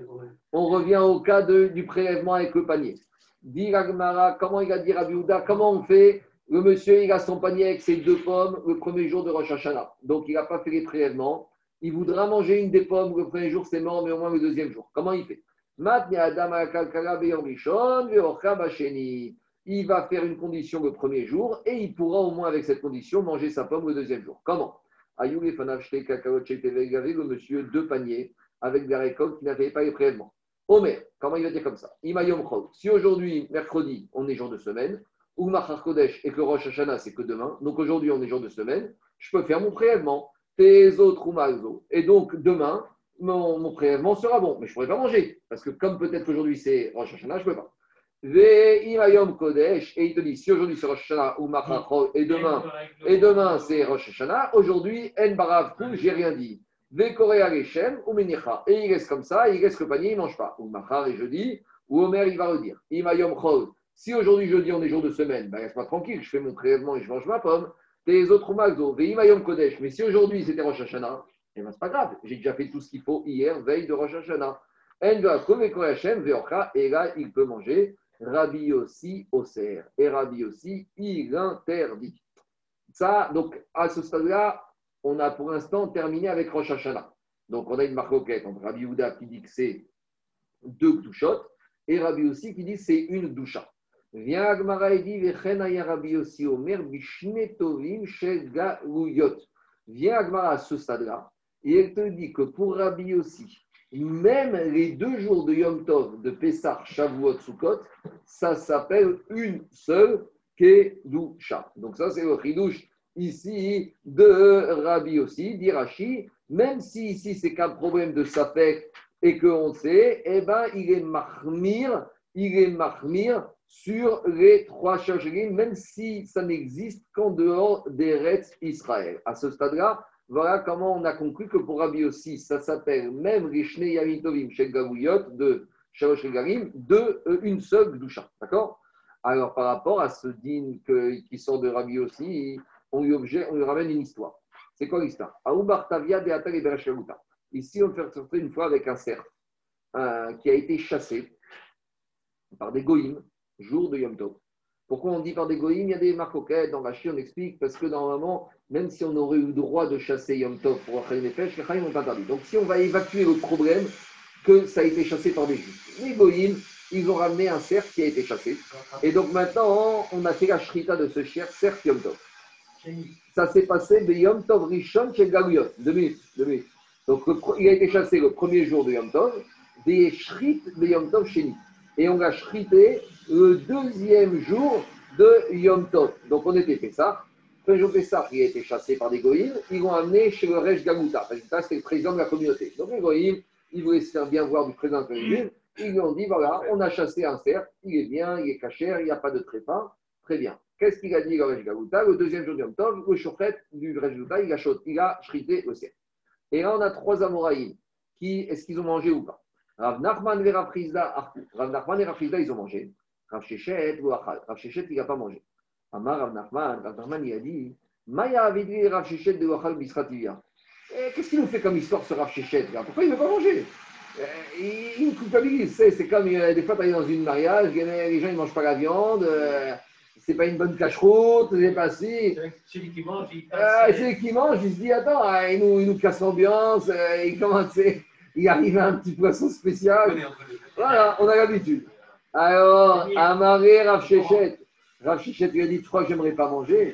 Speaker 8: du prélèvement avec le panier. Dit Ragmara, comment il a dit Rabbi Yehuda, comment on fait? Le monsieur, il a son panier avec ses 2 pommes le premier jour de Rosh Hashanah. Donc, il n'a pas fait les prélèvements. Il voudra manger une des pommes le premier jour, c'est mort, mais au moins le deuxième jour. Comment il fait? Il il va faire une condition le premier jour et il pourra au moins avec cette condition manger sa pomme le deuxième jour. Comment? Le monsieur deux paniers avec de la récolte qui n'avait pas les prélèvements. Omer, comment il va dire comme ça? Si aujourd'hui, mercredi, on est jour de semaine, ou Machar Kodesh et que Rosh Hashanah, c'est que demain, donc aujourd'hui, on est jour de semaine, je peux faire mon prélèvement. Tes autres ou malzo. Et donc, demain, mon prélèvement sera bon. Mais je ne pourrai pas manger. Parce que comme peut-être qu'aujourd'hui, c'est Rosh Hashanah, je ne peux pas. Ve'imayom Kodesh. Et il te dit, si aujourd'hui, c'est Rosh Hashanah ou Machar et demain, c'est Rosh Hashanah, aujourd'hui, En Barav Kou, j'ai rien dit. Ve'korei Ageshem ou Menicha. Et il reste comme ça, il reste le panier, il ne mange pas. Ou Machar et jeudi, ou Omer, il va le dire. Imayom Chol. Si aujourd'hui, jeudi, on est jour de semaine, ben reste pas tranquille, je fais mon prélèvement et je mange ma pomme. Tes autres magzo, Veimayom Kodesh. Mais si aujourd'hui, c'était Rosh Hashanah, eh ben c'est pas grave. J'ai déjà fait tout ce qu'il faut hier, veille de Rosh Hashanah. En Ve'akom et Koyachem, Ve'ocha. Et là, il peut manger. Rabbi aussi, Oser. Et Rabbi aussi, il interdit. Ça, donc, à ce stade-là, on a pour l'instant terminé avec Rosh Hashanah. Donc, on a une marcoquette entre Rabbi Yehuda qui dit que c'est 2 douchotes et Rabbi aussi qui dit que c'est une doucha. Viens Agmara et dit Vechenaya Rabbi aussi Omer Bishne Tovim Shel Galuyot. Viens Agmara à ce stade-là et elle te dit que pour Rabbi aussi, même les 2 jours de Yom Tov, de Pessah, Shavuot, Sukkot, ça s'appelle une seule Kedusha. Donc ça c'est le chidouche ici de Rabbi aussi, dit Rashi, même si ici c'est qu'un problème de Safek et qu'on sait, eh ben il est mahmir sur les 3 shajrim, même si ça n'existe qu'en dehors des Retz Israël. À ce stade-là, voilà comment on a conclu que pour Rabbi aussi, ça s'appelle même les Shnei Yamim Tovim Shel Galuyot de Shalosh Regalim, de une seule Gdusha. D'accord? Alors par rapport à ce din qui sort de Rabbi aussi, on lui ramène une histoire. C'est quoi l'histoire? Ici, on fait sortir une fois avec un cerf qui a été chassé par des goïms, jour de Yom Tov. Pourquoi on dit par des goïms? Il y a des marcoquettes dans Rashi, on explique, parce que normalement, même si on aurait eu le droit de chasser Yom Tov pour Achel Nefesh, les Chaim ont interdit. Donc si on va évacuer le problème que ça a été chassé par des juifs, les goïms, ils ont ramené un cerf qui a été chassé. Et donc maintenant, on a fait la shrita de ce cerf Yom Tov. Ça s'est passé de Yom Tov Rishon chez Galuyot. 2 minutes. Donc il a été chassé le premier jour de Yom Tov, des shrit de Yom Tov Sheni. Et on l'a shrité le 2e jour de Yom Tov. Donc on était Pessah. Le jour Pessah, il a été chassé par des goïms. Ils l'ont amené chez le Rej Gaguta. Parce que ça, c'était le président de la communauté. Donc les goïms, ils voulaient se faire bien voir du président de la communauté. Ils lui ont dit, voilà, on a chassé un cerf. Il est bien, il est cachère, il n'y a pas de trépas. Très bien. Qu'est-ce qu'il a dit le Rej Gaguta? Le 2e jour de Yom Tov, le chauffret du Rej Gaguta, il a shrité le cerf. Et là, on a 3 Amoraïm. Est-ce qu'ils ont mangé ou pas? Rav Nachman et Rav Chizda, ils ont mangé. Rav Shechet, Rav Shechet, il n'a pas mangé. Amar Rav Nachman, il a dit Maya avidri Rav Shechet de Wachal Bisrativia. Qu'est-ce qu'il nous fait comme histoire ce Rav Shechet? Pourquoi il ne veut pas manger? Il nous culpabilise. C'est comme des fois, tu es dans une mariage, les gens ne mangent pas la viande, c'est pas une bonne cache-route, c'est pas si.
Speaker 2: Celui qui mange,
Speaker 8: celui qui mange, il se dit attends, il nous casse l'ambiance, il commence. Il arrive à un petit poisson spécial. Voilà, on a l'habitude. Alors, Amaré Rav Shechet. Rav Shechet lui a dit, tu crois que j'aimerais pas manger?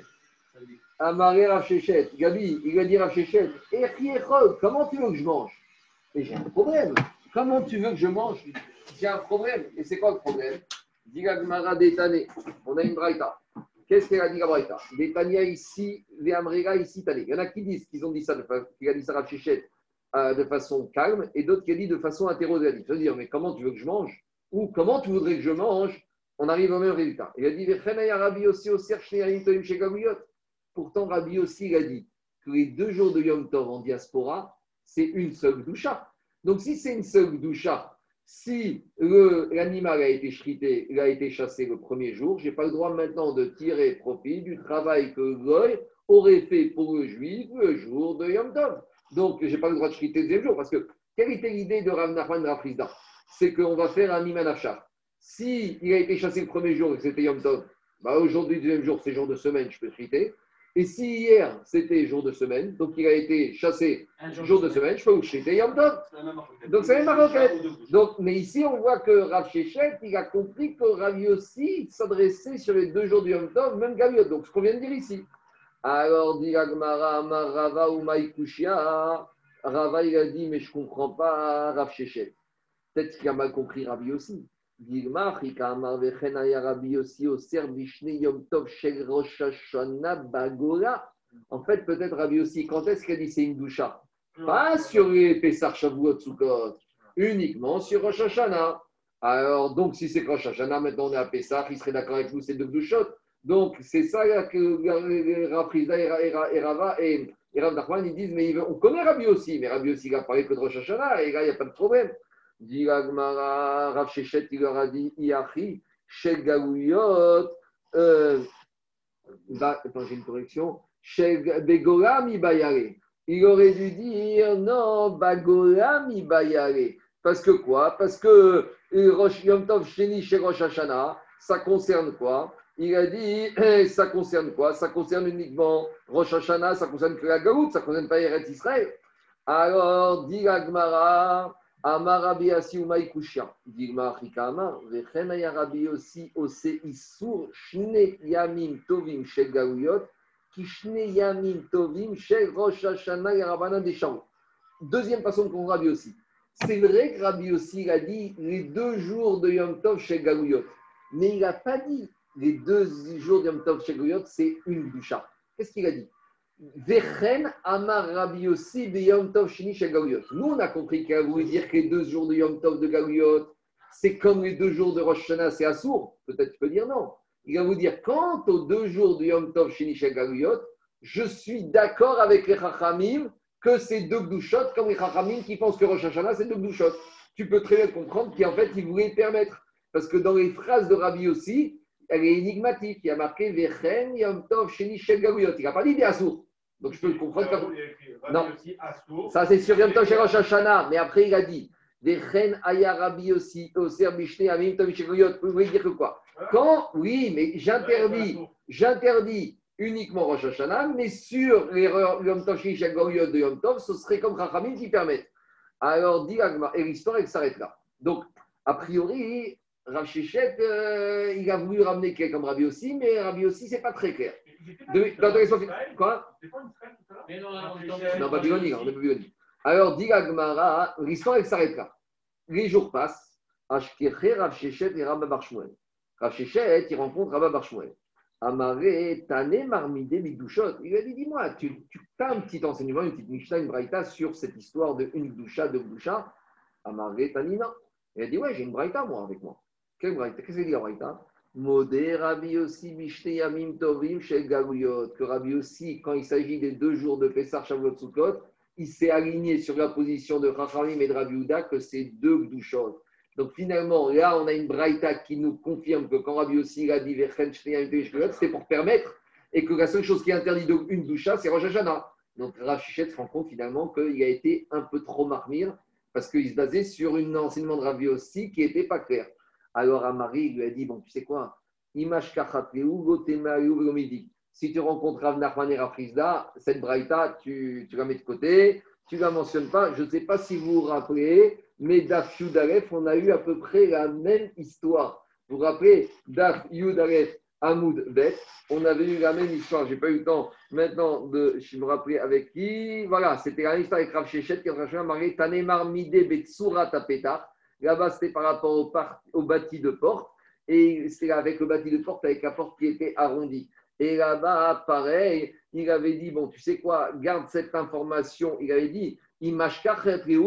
Speaker 8: Amaré Rav Shechet. Gabi, il a dit Rav Shechet, comment tu veux que je mange? Et j'ai un problème. Comment tu veux que je mange? J'ai un problème. Et c'est quoi le problème? Diga Gmara Détané. On a une braïta. Qu'est-ce qu'elle a dit la braïta? Détania ici, Véamrega ici, Tané. Il y en a qui disent qu'ils ont dit ça, qu'il a dit ça Rav Shechet de façon calme, et d'autres qui ont dit de façon hétérozygote. C'est-à-dire, mais comment tu veux que je mange? Ou comment tu voudrais que je mange? On arrive au même résultat. Il a dit, Rabbi aussi au chez Galuyot. Pourtant, Rabbi aussi, il a dit que les 2 jours de Yom Tov en diaspora, c'est une seule doucha. Donc, si c'est une seule doucha, si l'animal a été shrité, il a été chassé le premier jour, je n'ai pas le droit maintenant de tirer profit du travail que Goy aurait fait pour le juif le jour de Yom Tov. Donc, je n'ai pas le droit de shriter le 2e jour. Parce que, quelle était l'idée de Rav Nachman et Rav Chizda? C'est qu'on va faire un Niman Afshar. Si il a été chassé le premier jour et que c'était Yom Tov, bah aujourd'hui, le 2e jour, c'est jour de semaine, je peux shriter. Et si hier, c'était jour de semaine, donc il a été chassé
Speaker 2: Un
Speaker 8: jour de semaine, je peux coucher, c'était Yom Tov. Donc c'est la même maroquette. Donc, mais ici, on voit que Rav Shechet, il a compris que Rav Yossi s'adressait sur les 2 jours du Yom Tov, même Gaviot. Donc, ce qu'on vient de dire ici. Alors, dit Agmara, Amar Rava ou Maïkouchia. Rava, il a dit, mais je ne comprends pas Rav Shechet. Peut-être qu'il a mal compris Rav Yossi. Dilma, Chika Amar Vechenaya Rav Yossi, Oser Bishne Yom Tov Shel Rosh Hashanah Bagola. En fait, peut-être Rav Yossi, quand est-ce qu'il a dit c'est une doucha? Pas sur les Pessar Shavuot Sukkot, uniquement sur Rosh Hashanah. Alors, donc, si c'est Rosh Hashanah, maintenant on est à Pessah, il serait d'accord avec nous, c'est 2 douchotes. Donc, c'est ça là que Rav Friza et Rava et Rav Nachman, ils disent, mais on connaît Rabbi aussi, mais Rabbi aussi, il a parlé que de Rosh Hashanah, et là, il n'y a pas de problème. Dit Gmara, Rav Shechet, il leur a dit, Iachi, Shel Gaouyot, attends, j'ai une correction, Shel Begola mi Bayare. Il aurait dû dire non, Bagola mi Bayare. Parce que quoi? Parce que Yom Tov Sheni chez Rosh Hashanah, ça concerne quoi? Il a dit, ça concerne quoi? Ça concerne uniquement Rosh Hashanah, ça concerne que la Galoute, ça ne concerne pas Eretz Israël. Alors, dit la Gemara, Amar Rabbi Yossi ou Maïkouchia. Dit Gemara Chikama, Vechen aya Rabbi Yossi ose Isur Shne Yamim Tovim Shel Galuyot, Kishne Yamim Tovim Shel Rosh Hashanah Yarabana Deshaou. Deuxième façon qu'on Rabbi Yossi. C'est vrai que Rabbi Yossi a dit les 2 jours de Yom Tov chez Galouyot, mais il n'a pas dit les 2 jours de Yom Tov chez Galouyot, c'est une doucha. Qu'est-ce qu'il a dit? Vechen Amar Rabbi Yossi be Yom Tov Sheni chez Galouyot. Nous, on a compris qu'il a voulu dire que les 2 jours de Yom Tov de Galouyot, c'est comme les 2 jours de Rosh Hashanah, c'est Assour. Peut-être tu peux dire non. Il va vous dire, quant aux 2 jours de Yom Tov Sheni chez Galouyot, je suis d'accord avec les Chachamim que c'est 2 gdouchot, comme les Chachamim qui pensent que Rosh Hashanah, c'est 2 gdouchot. Tu peux très bien comprendre qu'en fait, il voulait permettre. Parce que dans les phrases de Rabbi aussi, elle est énigmatique. Il y a marqué Vechen Yom Tov Sheni Shel Galouyot. Il n'a pas dit des Assour. Donc je peux le comprendre comme. Non, ça c'est sur Yom Tov Shel Rosh Hashanah. Mais après, il a dit Vechen Aya Rabbi aussi, Oser Bishne Amim Tov Shel Galouyot. Vous voulez dire que quoi? Quand, oui, mais j'interdis uniquement Rosh Hashanah, mais sur les Yom Tov Sheni Shel Galouyot de Yom Tov, ce serait comme Chachamim qui permettent. Alors, dit Agma, et l'histoire, elle s'arrête là. Donc, a priori, Rav Shechet, il a voulu ramener quelqu'un comme Rabbi aussi, mais Rabbi aussi, c'est pas très clair. Quoi? Non, Babylonie, on est Babylonie. Alors, dit Agmara, l'histoire, elle s'arrête là. Les jours passent, Ashkeché, Rav Shechet et Rabba Bar Shmuel. Rav Shechet, il rencontre Rabba Bar Shmuel. Amaré, Tané, Marmidé, Mikdouchot. Il lui a dit, dis-moi, tu as un petit enseignement, une petite Mishnah, une Braïta sur cette histoire de une Gdoucha, 2 Gdoucha. Amaré, Tanina. Il a dit, ouais, j'ai une Braïta, moi, avec moi. Quelle Braïta? Qu'est-ce qu'il dit la Braïta? Modé, Rabbi aussi, Bishne Yamim Tovim, Shel Galouyot. Que Rabbi aussi, quand il s'agit des 2 jours de Pessah, Shavuot, Sukkot, il s'est aligné sur la position de Chachamim et de Rabbi Yehuda que c'est 2 Gdouchot. Donc finalement, là, on a une braïta qui nous confirme que quand Rabbi aussi a dit Vechen Shneya Mitovish, c'était pour permettre et que la seule chose qui est interdite d'une doucha, c'est Rosh Hashanah. Donc Rav Shechet se rend compte finalement qu'il a été un peu trop marmire parce qu'il se basait sur un enseignement de Rabbi aussi qui n'était pas clair. Alors Amari lui a dit, bon, tu sais quoi, si tu rencontres Rav Nachman et Rav Frizda, cette braïta, tu la mets de côté, tu ne la mentionnes pas. Je ne sais pas si vous vous rappelez, mais Daf Yud Aleph, on a eu à peu près la même histoire. Vous vous rappelez, Daf Yud Aleph, Hamoud Bet, on avait eu la même histoire. Je n'ai pas eu le temps maintenant de me rappeler avec qui. Voilà, c'était la même histoire avec Rav Shechet qui a marqué Tanemar Midé Betsurat Apetar. Là-bas, c'était par rapport au bâti de porte. Et c'était avec le bâti de porte, avec la porte qui était arrondie. Et là-bas, pareil, il avait dit, bon, tu sais quoi, garde cette information. Il avait dit, il a dit,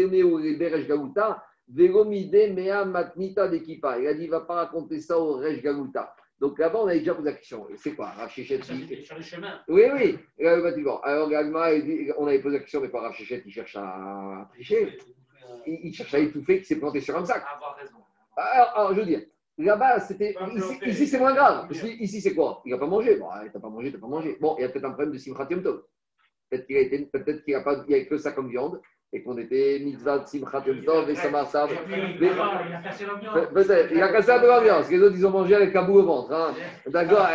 Speaker 8: il ne va pas raconter ça au Rej Galuta. Donc là-bas, on avait déjà posé la question. C'est quoi, Rav Shechet?
Speaker 2: Sur le chemin.
Speaker 8: Oui, oui. Alors, on avait posé la question, mais pas Rav Shechet, il cherche à tricher. Il cherche à étouffer, qui s'est planté sur un sac. Alors, je veux dire, là-bas, c'était. Ici, c'est moins grave. Parce qu'ici, c'est quoi? Il n'a pas mangé. Bon, t'as pas mangé. Bon, il y a peut-être un problème de Simchat Yom Tov. Peut-être qu'il n'y a que ça comme viande. et qu'on était mitzvah, simchat yom tov et samar sav.
Speaker 2: Il a cassé l'ambiance.
Speaker 8: Peut-être, il a cassé un peu l'ambiance. Les autres, ils ont mangé avec un bout au ventre. Hein. D'accord.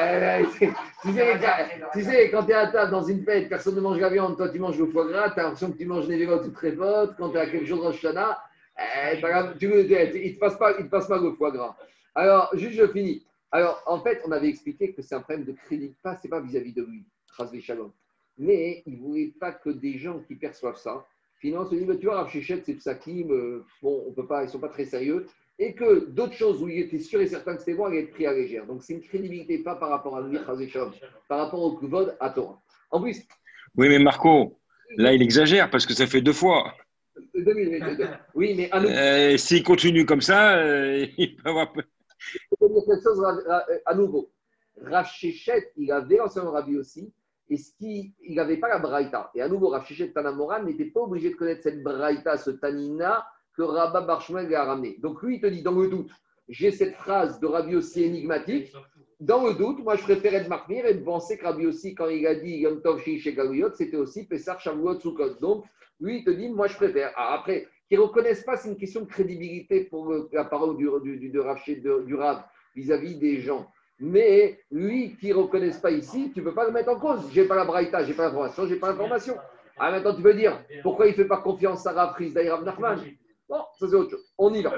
Speaker 8: Tu sais, quand tu es à table dans une fête, personne ne mange la viande, toi tu manges le foie gras, tu as l'impression que tu manges des vélos tout très fortes. Quand tu as quelque chose de Rosh Hashanah, il ne te passe pas le foie gras. Alors, juste, je finis. Alors, en fait, on avait expliqué que c'est un problème de crédit. Ce n'est pas vis-à-vis de lui, Chas Shalom. Mais il ne voulait pas que des gens qui perçoivent ça, finalement, se disent, tu vois, Rav Shechet, c'est Psakim, bon, on peut pas, ils ne sont pas très sérieux. Et que d'autres choses où il était sûr et certain que c'était bon, allaient être pris à légère. Donc, c'est une crédibilité pas par rapport à lui, Chas Shalom, par rapport au Kuvod à Torah. En plus.
Speaker 6: Oui, mais Marco, là, il exagère parce que ça fait 2 fois.
Speaker 8: Oui, mais à nouveau.
Speaker 6: S'il continue comme ça, il peut avoir.
Speaker 8: Je peux dire quelque chose à nouveau. Rav Shechet, il avait l'enseignement Rabbi aussi, et il n'avait pas la braïta. Et à nouveau, Rav Shechet Tanamoran n'était pas obligé de connaître cette braïta, ce tanina, que Rabba Bar Shmuel lui a ramené. Donc lui, il te dit, dans le doute, j'ai cette phrase de Rabbi aussi énigmatique. Dans le doute, moi, je préférais de m'armir et de penser que Rabbi aussi, quand il a dit Yom Tov Shei Galuyot, c'était aussi Pessar Shavuot Sukkot. Donc, lui, il te dit, moi, je préfère. Alors, après, qu'ils ne reconnaissent pas, c'est une question de crédibilité pour la parole du Rav vis-à-vis des gens. Mais lui, qui ne reconnaissent pas ici, tu ne peux pas le mettre en cause. Je n'ai pas la braïta, je n'ai pas l'information, je n'ai pas l'information. Ah, maintenant, tu peux dire, pourquoi il ne fait pas confiance à Rav Friz d'Irav Nachman? Bon, ça c'est autre chose. On y va.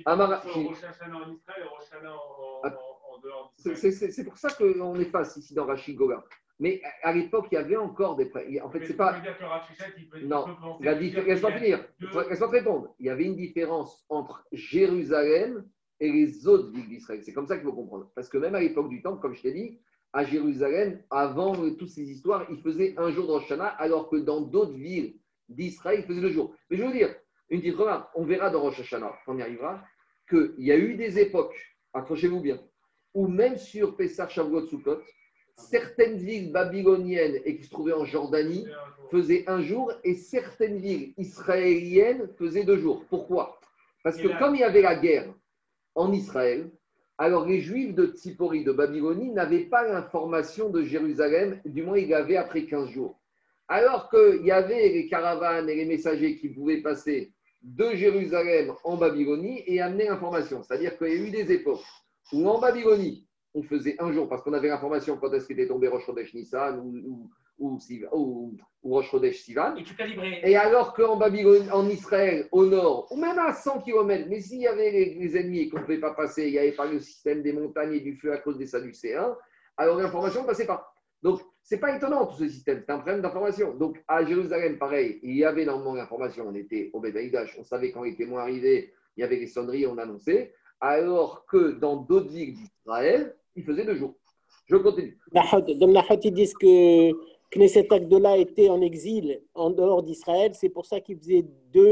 Speaker 8: C'est pour ça qu'on est face ici dans Rachid Goga. Mais à l'époque, il y avait encore des prêts. En fait, c'est pas. Non, laisse-moi finir. Laisse-moi te répondre. Il y avait une différence entre Jérusalem et les autres villes d'Israël. C'est comme ça qu'il faut comprendre. Parce que même à l'époque du Temple, comme je t'ai dit, à Jérusalem, avant toutes ces histoires, ils faisaient un jour de Rosh Hashanah, alors que dans d'autres villes d'Israël, ils faisaient 2 jours. Mais je veux dire, une petite remarque, on verra dans Rosh Hashanah, quand on y arrivera, qu'il y a eu des époques, accrochez-vous bien, où même sur Pessah, Shavuot, Sukkot, certaines villes babyloniennes et qui se trouvaient en Jordanie faisaient 1 jour et certaines villes israéliennes faisaient 2 jours. Pourquoi? Parce que comme il y avait la guerre en Israël, alors les Juifs de Tzipori, de Babylonie, n'avaient pas l'information de Jérusalem, du moins ils l'avaient après 15 jours. Alors qu'il y avait les caravanes et les messagers qui pouvaient passer de Jérusalem en Babylonie et amener l'information. C'est-à-dire qu'il y a eu des époques où en Babylonie, on faisait 1 jour parce qu'on avait l'information quand est-ce qu'était tombé Rosh Chodesh Nissan ou Rosh Chodesh Sivan. Et alors qu'en Babylone, en Israël, au nord, ou même à 100 km, mais s'il y avait les ennemis et qu'on ne pouvait pas passer, il n'y avait pas le système des montagnes et du feu à cause des Sadducéens, alors l'information ne passait pas. Donc, ce n'est pas étonnant tout ce système, c'est un problème d'information. Donc, à Jérusalem, pareil, il y avait énormément d'informations. On était au Beth Amikdash, on savait quand les témoins arrivaient, il y avait les sonneries, on annonçait. Alors que dans d'autres villes d'Israël, il faisait 2 jours. Je continue.
Speaker 3: Dans Nahot, ils disent que Knesset Agdola était en exil en dehors d'Israël. C'est pour ça qu'il faisait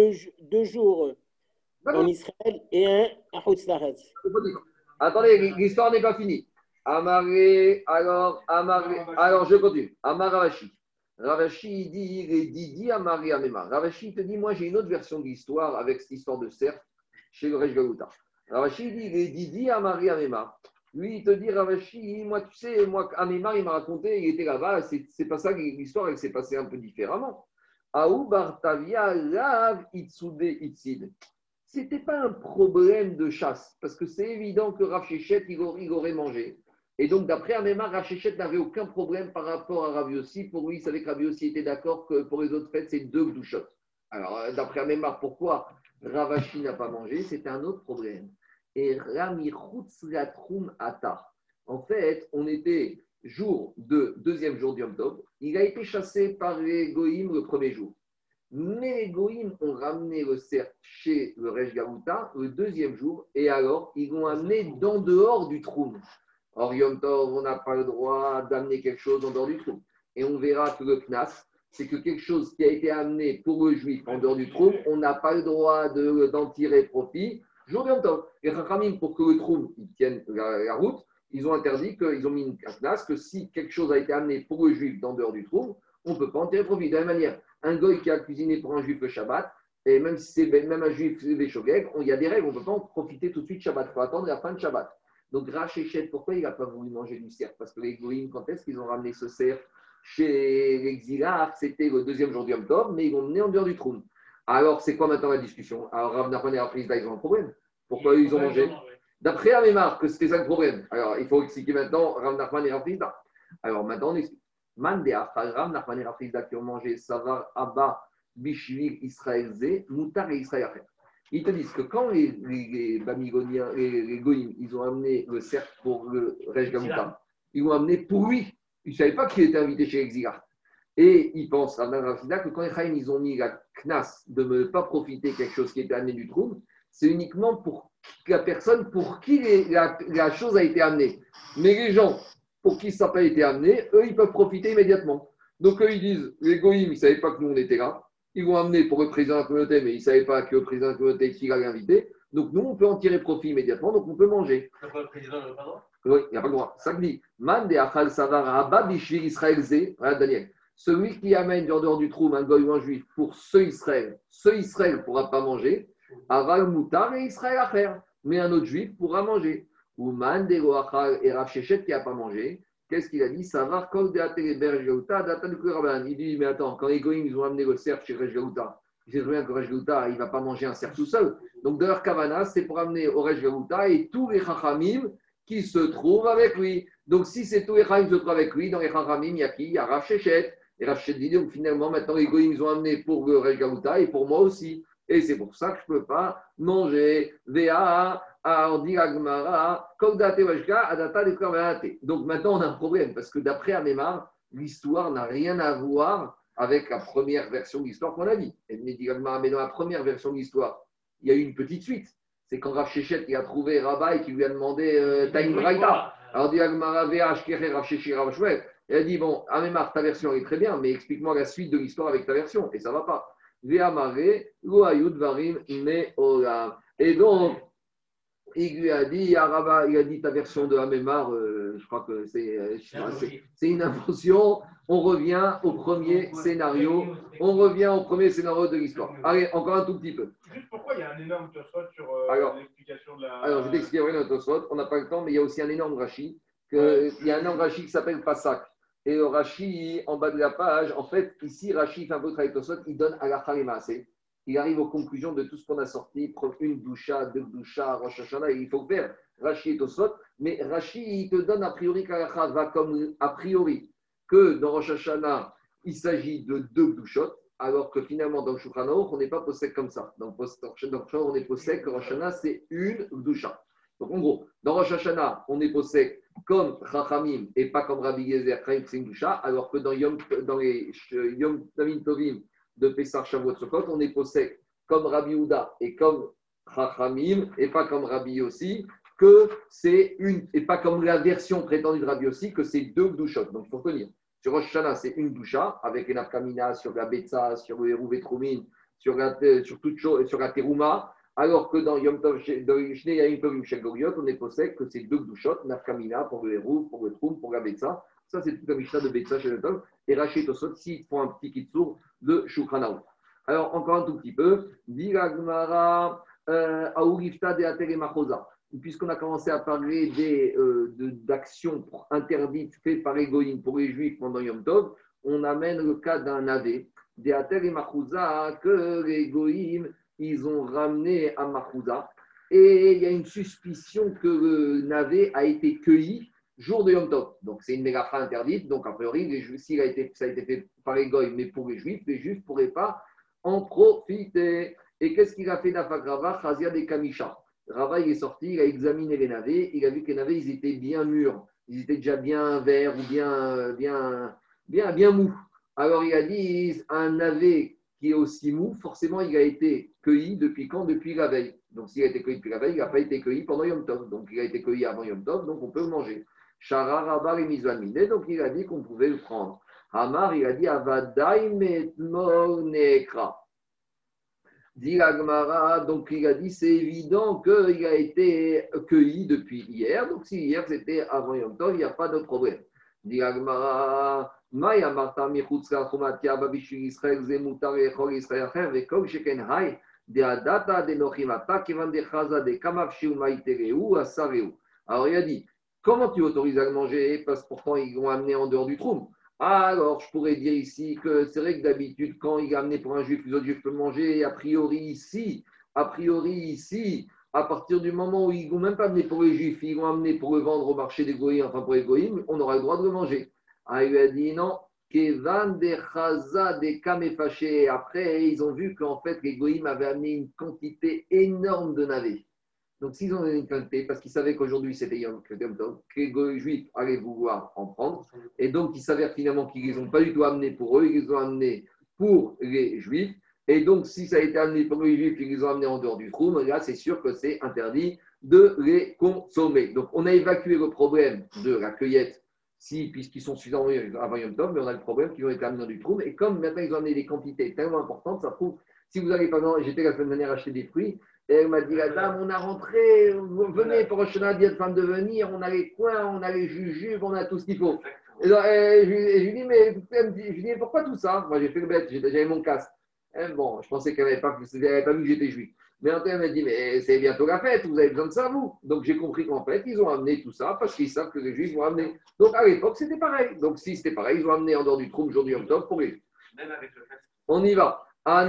Speaker 3: 2 jours en Israël et 1 à Chutz La'aretz.
Speaker 8: Attendez, l'histoire n'est pas finie. Amaré, alors je continue. Amar Ravashi. Ravashi dit, il est Didi Amaré Amema. Ravashi te dit, moi j'ai une autre version de l'histoire avec cette histoire de cerf chez le Resh Galuta. Ravashi dit, il est Didi Amaré Amema. Lui, il te dit, Ravashi, moi tu sais, moi Amema, il m'a raconté, il était là-bas, c'est pas ça l'histoire, elle s'est passée un peu différemment. Aou Bartavia Lav Itsude Itsid. C'était pas un problème de chasse, parce que c'est évident que Rav Shechet, il aurait mangé. Et donc, d'après Amémar, Rav Shechet n'avait aucun problème par rapport à Rav Yossi. Pour lui, il savait que Rav Yossi était d'accord que pour les autres fêtes, c'est 2 gdouchot. Alors, d'après Amémar, pourquoi Ravashi n'a pas mangé? C'était un autre problème. Et Rami Chutz Latrum Ata. En fait, on était deuxième jour du Yom Tov. Il a été chassé par les Goïm le premier jour. Mais les Goïm ont ramené le cerf chez le Resh Galuta le 2e jour. Et alors, ils l'ont amené d'en dehors du Troum. Or, Yom Tov, on n'a pas le droit d'amener quelque chose en dehors du Troum. Et on verra que le Knas, c'est que quelque chose qui a été amené pour le Juif en dehors du Troum, on n'a pas le droit d'en tirer profit. Jour de Yom Tov. Et Chachamim, pour que le Troum tienne la route, ils ont interdit, ils ont mis un Knas, que si quelque chose a été amené pour le Juif en dehors du Troum, on ne peut pas en tirer profit. De la même manière, un goy qui a cuisiné pour un Juif le Shabbat, et même si c'est même un Juif les Shogeg, il y a des règles, on ne peut pas en profiter tout de suite Shabbat. Il faut attendre la fin de Shabbat. Donc, Rav Shechet, pourquoi il n'a pas voulu manger du cerf? Parce que les Goïms, quand est-ce qu'ils ont ramené ce cerf chez l'exilarque? C'était le 2e jour du Yom Tov, mais ils l'ont mené en dehors du Troum. Alors, c'est quoi maintenant la discussion? Alors, Rav Nachman et Rav Hizda, ils ont un problème. Pourquoi ils ont mangé? D'après Amémar, que c'était ça le problème. Alors, il faut expliquer maintenant Rav Nachman et Rav Hizda. Alors, maintenant, on explique. Man de Rav Nachman et Rav Hizda qui ont mangé Savar Abba Bishvil Israël Zé, Moutar et Israël Acher. Ils te disent que quand les Bamigoniens, les Goïms, ils ont amené le cerf pour le Rej Gamouta, ils l'ont amené pour lui. Ils ne savaient pas qu'il était invité chez Exilar. Et ils pensent, Rav Nachman et Rav Hizda, que quand les Chaim, ils ont mis la knas de ne pas profiter de quelque chose qui était amené du trou, c'est uniquement pour la personne pour qui la chose a été amenée. Mais les gens pour qui ça n'a pas été amené, eux, ils peuvent profiter immédiatement. Donc, eux, ils disent, les Goïms, ils ne savaient pas que nous, on était là. Ils l'ont amené pour le président de la communauté, mais ils ne savaient pas que le président de la communauté, qui l'avait invité. Donc, nous, on peut en tirer profit immédiatement, donc on peut manger.
Speaker 5: Le président n'a pas le droit?
Speaker 8: Oui, il n'y a pas le droit. Ça dit, Man de Achal Savar Abba Bishvil Israël Zé, voilà Daniel. Celui qui amène en dehors du trou un goy ou un juif pour ce Israël ne pourra pas manger. Aval Moutar et Israël à faire. Mais un autre juif pourra manger. Ou Man de Roachal et Rav Shechet qui n'a pas mangé. Qu'est-ce qu'il a dit? Savar Kol de Atéléber Gauta, Datan de Kuraban. Il dit, mais attends, quand les goyim ils ont amené le cerf chez Rej Gauta, il sait très bien que Rej Gauta, il ne va pas manger un cerf tout seul. Donc, de leur Kavana, c'est pour amener au Rej Gauta et tous les Chachamim qui se trouvent avec lui. Donc, si c'est tous les Chachamim qui se trouvent avec lui, dans les Chachamim, il y a qui? Il y a Rav Shechet. Et Rav Shechet dit, donc finalement, maintenant, les goyim ils ont amené pour le Rej Gauta et pour moi aussi. Et c'est pour ça que je ne peux pas manger. Donc maintenant, on a un problème, parce que d'après Amémar, l'histoire n'a rien à voir avec la première version de l'histoire qu'on a dit. Mais dans la première version de l'histoire, il y a eu une petite suite. C'est quand Rav Shechet a trouvé Rabat et qui lui a demandé Taïm Braïta. Alors, dit Agmara, Rav Shechet, Rav Shmuel. Il a dit, bon, Amémar, ta version est très bien, mais explique-moi la suite de l'histoire avec ta version. Et ça ne va pas. Et donc, il lui a dit, Araba, il a dit ta version de Amémar, je crois que c'est une invention. On revient au premier scénario. On revient au premier scénario de l'histoire. Allez, encore un tout petit peu.
Speaker 5: Juste pourquoi il y a un énorme Tosfot sur l'explication de la.
Speaker 8: Alors, je vais t'expliquer notre Tosfot. On n'a pas le temps, mais il y a aussi un énorme Rashi. Il y a un énorme Rashi qui s'appelle Pasak. Et le Rashi, en bas de la page, en fait, ici, Rashi fait un peu de travail Tosfot, il donne à la Khalimase. Il arrive aux conclusions de tout ce qu'on a sorti, une doucha, deux doucha, Rosh Hashanah, il faut faire Rashi et Tosfot. Mais Rashi, il te donne a priori qu'Alacha va comme a priori que dans Rosh Hashanah, il s'agit de deux douchot, alors que finalement, dans le Shulchan Aruch, on n'est pas possède comme ça. Dans le Shulchan Aruch, on est possède que Rosh Hashanah, c'est une doucha. Donc en gros, dans Rosh Hashanah, on est possède comme Chachamim et pas comme Rabbi Yezer, c'est une doucha, alors que dans les Yom Tamim Tovim de Pessah, Shavuot, Sukkot, on est possède comme Rabbi Houda et comme Chachamim et pas comme Rabbi Yossi, que c'est une, et pas comme la version prétendue de Rabbi Yossi, que c'est deux douchot. Donc il faut tenir. Sur Rosh Hashanah, c'est une doucha avec une afkamina sur la Betsa, sur le Hérouv et Troumin, sur toute chose, sur la Terouma. Alors que dans Yom Tov, Shnei Yamim Tovim Shel Goliot, on est possède que c'est deux douchot, nafkamina pour le Hérouv, pour le Troum, pour la Betsa. Ça, c'est toute la Mishnah de Betsa chez le Tov. Et Rashi Tosot, s'ils font un petit kitsour de Shulchan Aruch. Alors, encore un tout petit peu. Dira Gmara, Aourifta de Atere Machosa. Puisqu'on a commencé à parler d'actions interdites faites par les goïms pour les juifs pendant Yom Tov, on amène le cas d'un navé, des Ater et Machouza, que les goïms, ils ont ramené à Machouza. Et il y a une suspicion que le navé a été cueilli jour de Yom Tov. Donc c'est une mégacha interdite. Donc a priori, si ça a été fait par les goïms, mais pour les juifs ne pourraient pas en profiter. Et qu'est-ce qu'il a fait d'Afagrava, Chazia de Kamisha? Rava, il est sorti, il a examiné les navets, il a vu que les navets, ils étaient bien mûrs, ils étaient déjà bien verts ou bien mous. Alors il a dit, un navet qui est aussi mou, forcément, il a été cueilli depuis quand? Depuis la veille. Donc s'il a été cueilli depuis la veille, il n'a pas été cueilli pendant Yom Tov. Donc il a été cueilli avant Yom Tov, donc on peut le manger. Shara, Rabar et Mizvanmine, donc il a dit qu'on pouvait le prendre. Hamar, il a dit, Avadai metmor nekra. Dit Agmara, donc il a dit c'est évident qu'il a été cueilli depuis hier. Donc si hier c'était avant Yom Tov, il n'y a pas de problème. Dit Agmara, Maya Marta Michutzka Chumatia Babishul Israël Zemutar Echol Israël Acher Vekol Sheken Hay de Adata de Nochimata Kivan de Chaza de Kamavshiu Maitereu Asareu. Alors il a dit comment tu autorises à le manger parce que pourtant ils l'ont amené en dehors du trou. Alors, je pourrais dire ici que c'est vrai que d'habitude, quand il est amené pour un juif, les autres juifs peuvent manger. Et a priori ici, à partir du moment où ils ne vont même pas amener pour les juifs, ils vont amener pour le vendre au marché des goïms, enfin pour les goïms, on aura le droit de le manger. Ah, il lui a dit non. Kevan de Chaza de Kamefashé. Après, ils ont vu qu'en fait, les goïms avaient amené une quantité énorme de navets. Donc, s'ils ont donné une quantité, parce qu'ils savaient qu'aujourd'hui c'était Yom Tov, que les juifs allaient vouloir en prendre, et donc il s'avère finalement qu'ils ne les ont pas du tout amenés pour eux, ils les ont amenés pour les juifs, et donc si ça a été amené pour les juifs, ils les ont amenés en dehors du Troum, là c'est sûr que c'est interdit de les consommer. Donc, on a évacué le problème de la cueillette, puisqu'ils sont suffisants avant Yom Tov, mais on a le problème qu'ils ont été amenés dans du Troum, et comme maintenant ils ont amené des quantités tellement importantes, ça prouve, si vous allez, par exemple, j'étais la semaine dernière acheter des fruits, et elle m'a dit, la dame, on a rentré, venez pour Rosh Hashanah, dites de venir, on a les coins, on a les jujubes, on a tout ce qu'il faut. Et je lui dis, mais pourquoi tout ça? Moi, j'ai fait le bête, j'avais mon casque. Et bon, je pensais qu'elle n'avait pas vu que j'étais juif. Mais en elle m'a dit, mais c'est bientôt la fête, vous avez besoin de ça, vous. Donc, j'ai compris qu'en fait, ils ont amené tout ça parce qu'ils savent que les juifs vont amener. Donc, à l'époque, c'était pareil. Donc, si c'était pareil, ils ont amené en dehors du trou aujourd'hui en octobre pour les juifs.
Speaker 5: Même avec le fait.
Speaker 8: On y va. Même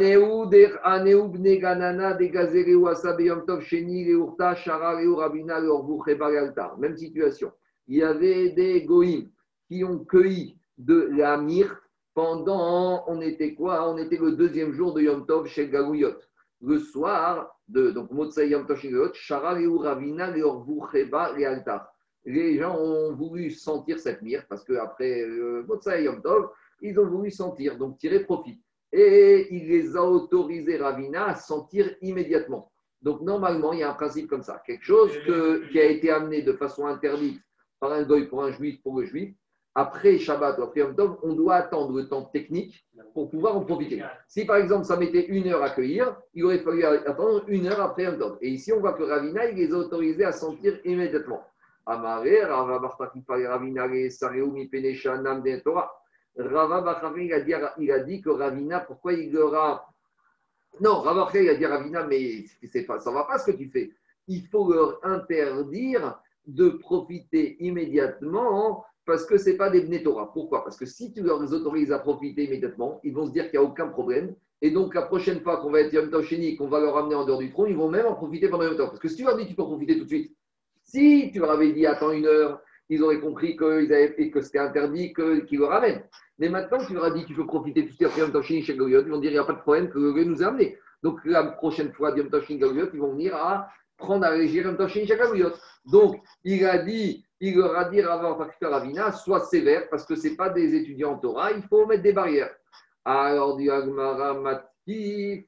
Speaker 8: situation. Il y avait des goïms qui ont cueilli de la myrte pendant, on était quoi? On était le deuxième jour de Yom Tov chez Gagouyot. Le soir de, donc, Motsai Yom Tov chez Gagouyot, Shara Leu Ravina Leorvu Cheba Lealtar. Les gens ont voulu sentir cette myrte parce qu'après Motsai Yom Tov, ils ont voulu sentir, donc tirer profit. Et il les a autorisés, Ravina, à sentir immédiatement. Donc, normalement, il y a un principe comme ça. Quelque chose qui a été amené de façon interdite par un goy pour un juif, pour le juif, après Shabbat ou après Yom Tov, on doit attendre le temps technique pour pouvoir en profiter. Si, par exemple, ça mettait 1 heure à cueillir, il aurait fallu attendre 1 heure après Yom Tov. Et ici, on voit que Ravina, il les a autorisés à sentir immédiatement. Amaré, Rava Bartakipari Ravina, Sareoumi Penesha, Nam de Torah. Rava Bachavin, il a dit que Ravina, pourquoi il aura. Non, Rava Bachavin, il a dit Ravina, mais ça ne va pas ce que tu fais. Il faut leur interdire de profiter immédiatement parce que ce n'est pas des Bnei Torah. Pourquoi? Parce que si tu leur autorises à profiter immédiatement, ils vont se dire qu'il n'y a aucun problème. Et donc, la prochaine fois qu'on va être Yom Tov Sheni, qu'on va leur ramener en dehors du trône, ils vont même en profiter pendant Yom Tov. Parce que si tu leur dis tu peux profiter tout de suite, si tu leur avais dit attends 1 heure, ils auraient compris que c'était interdit qu'ils le ramènent. Mais maintenant, tu leur as dit tu peux profiter tout de suite après Yom Tov Sheni chez Gagouyot, ils vont dire il n'y a pas de problème que le gars nous a amené. Donc, la prochaine fois, Yom Tov Sheni Gagouyot, ils vont venir à prendre à régir Yom Tov Sheni chez Gagouyot. Donc, il leur a dit Ravina, sois sévère parce que ce n'est pas des étudiants en Torah, il faut mettre des barrières. Alors, dit Agmara, Matkif,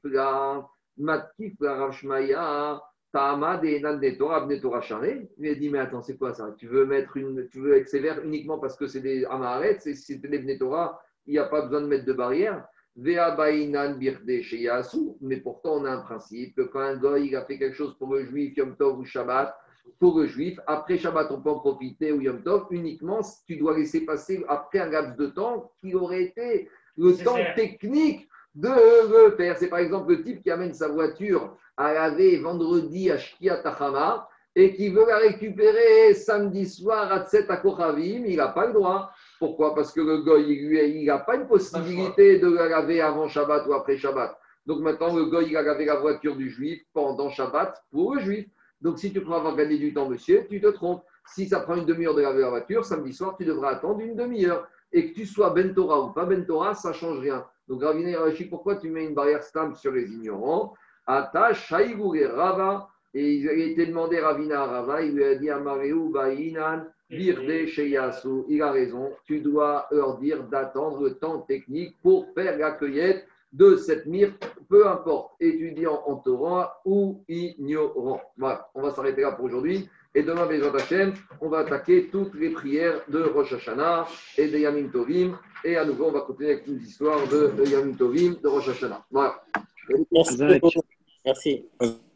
Speaker 8: Rav Shmaya, Ta'ama, des Enan de Torah, Bnei Torah Charé. Il a dit, mais attends, c'est quoi ça? Tu veux être sévère uniquement parce que c'est des Amaharet, si c'était des Bnei Torah, il n'y a pas besoin de mettre de barrières. Vea Bainan Birde Sheyasu, mais pourtant on a un principe que quand un goy il a fait quelque chose pour le juif, Yom Tov ou Shabbat, pour le juif, après Shabbat on peut en profiter ou Yom Tov, uniquement si tu dois laisser passer après un laps de temps qui aurait été le temps technique de le faire. C'est par exemple le type qui amène sa voiture à laver vendredi à Shkia Tachama et qui veut la récupérer samedi soir à Tset à Kochavim, il n'a pas le droit. Pourquoi? Parce que le goy, il n'a pas une possibilité de la laver avant Shabbat ou après Shabbat. Donc maintenant, le goy, il a lavé la voiture du juif pendant Shabbat pour le juif. Donc si tu crois avoir gagné du temps, monsieur, tu te trompes. Si ça prend une demi-heure de laver la voiture, samedi soir, tu devras attendre une demi-heure. Et que tu sois Ben Torah ou pas Ben Torah, ça ne change rien. Donc Ravina Rashi, pourquoi tu mets une barrière stamp sur les ignorants? Ata Shaïgou et Rava. Et il a été demandé Ravina à Rava, il lui a dit Amareu Baïnan. Birde Sheyasu, il a raison, tu dois leur dire d'attendre le temps technique pour faire la cueillette de cette myrte, peu importe, étudiant en Torah ou ignorant. Voilà, on va s'arrêter là pour aujourd'hui. Et demain, Bezrat Hashem, on va attaquer toutes les prières de Rosh Hashanah et de Yamim Tovim. Et à nouveau, on va continuer avec une histoire de Yamim Tovim de Rosh Hashanah. Voilà.
Speaker 3: Merci. Merci.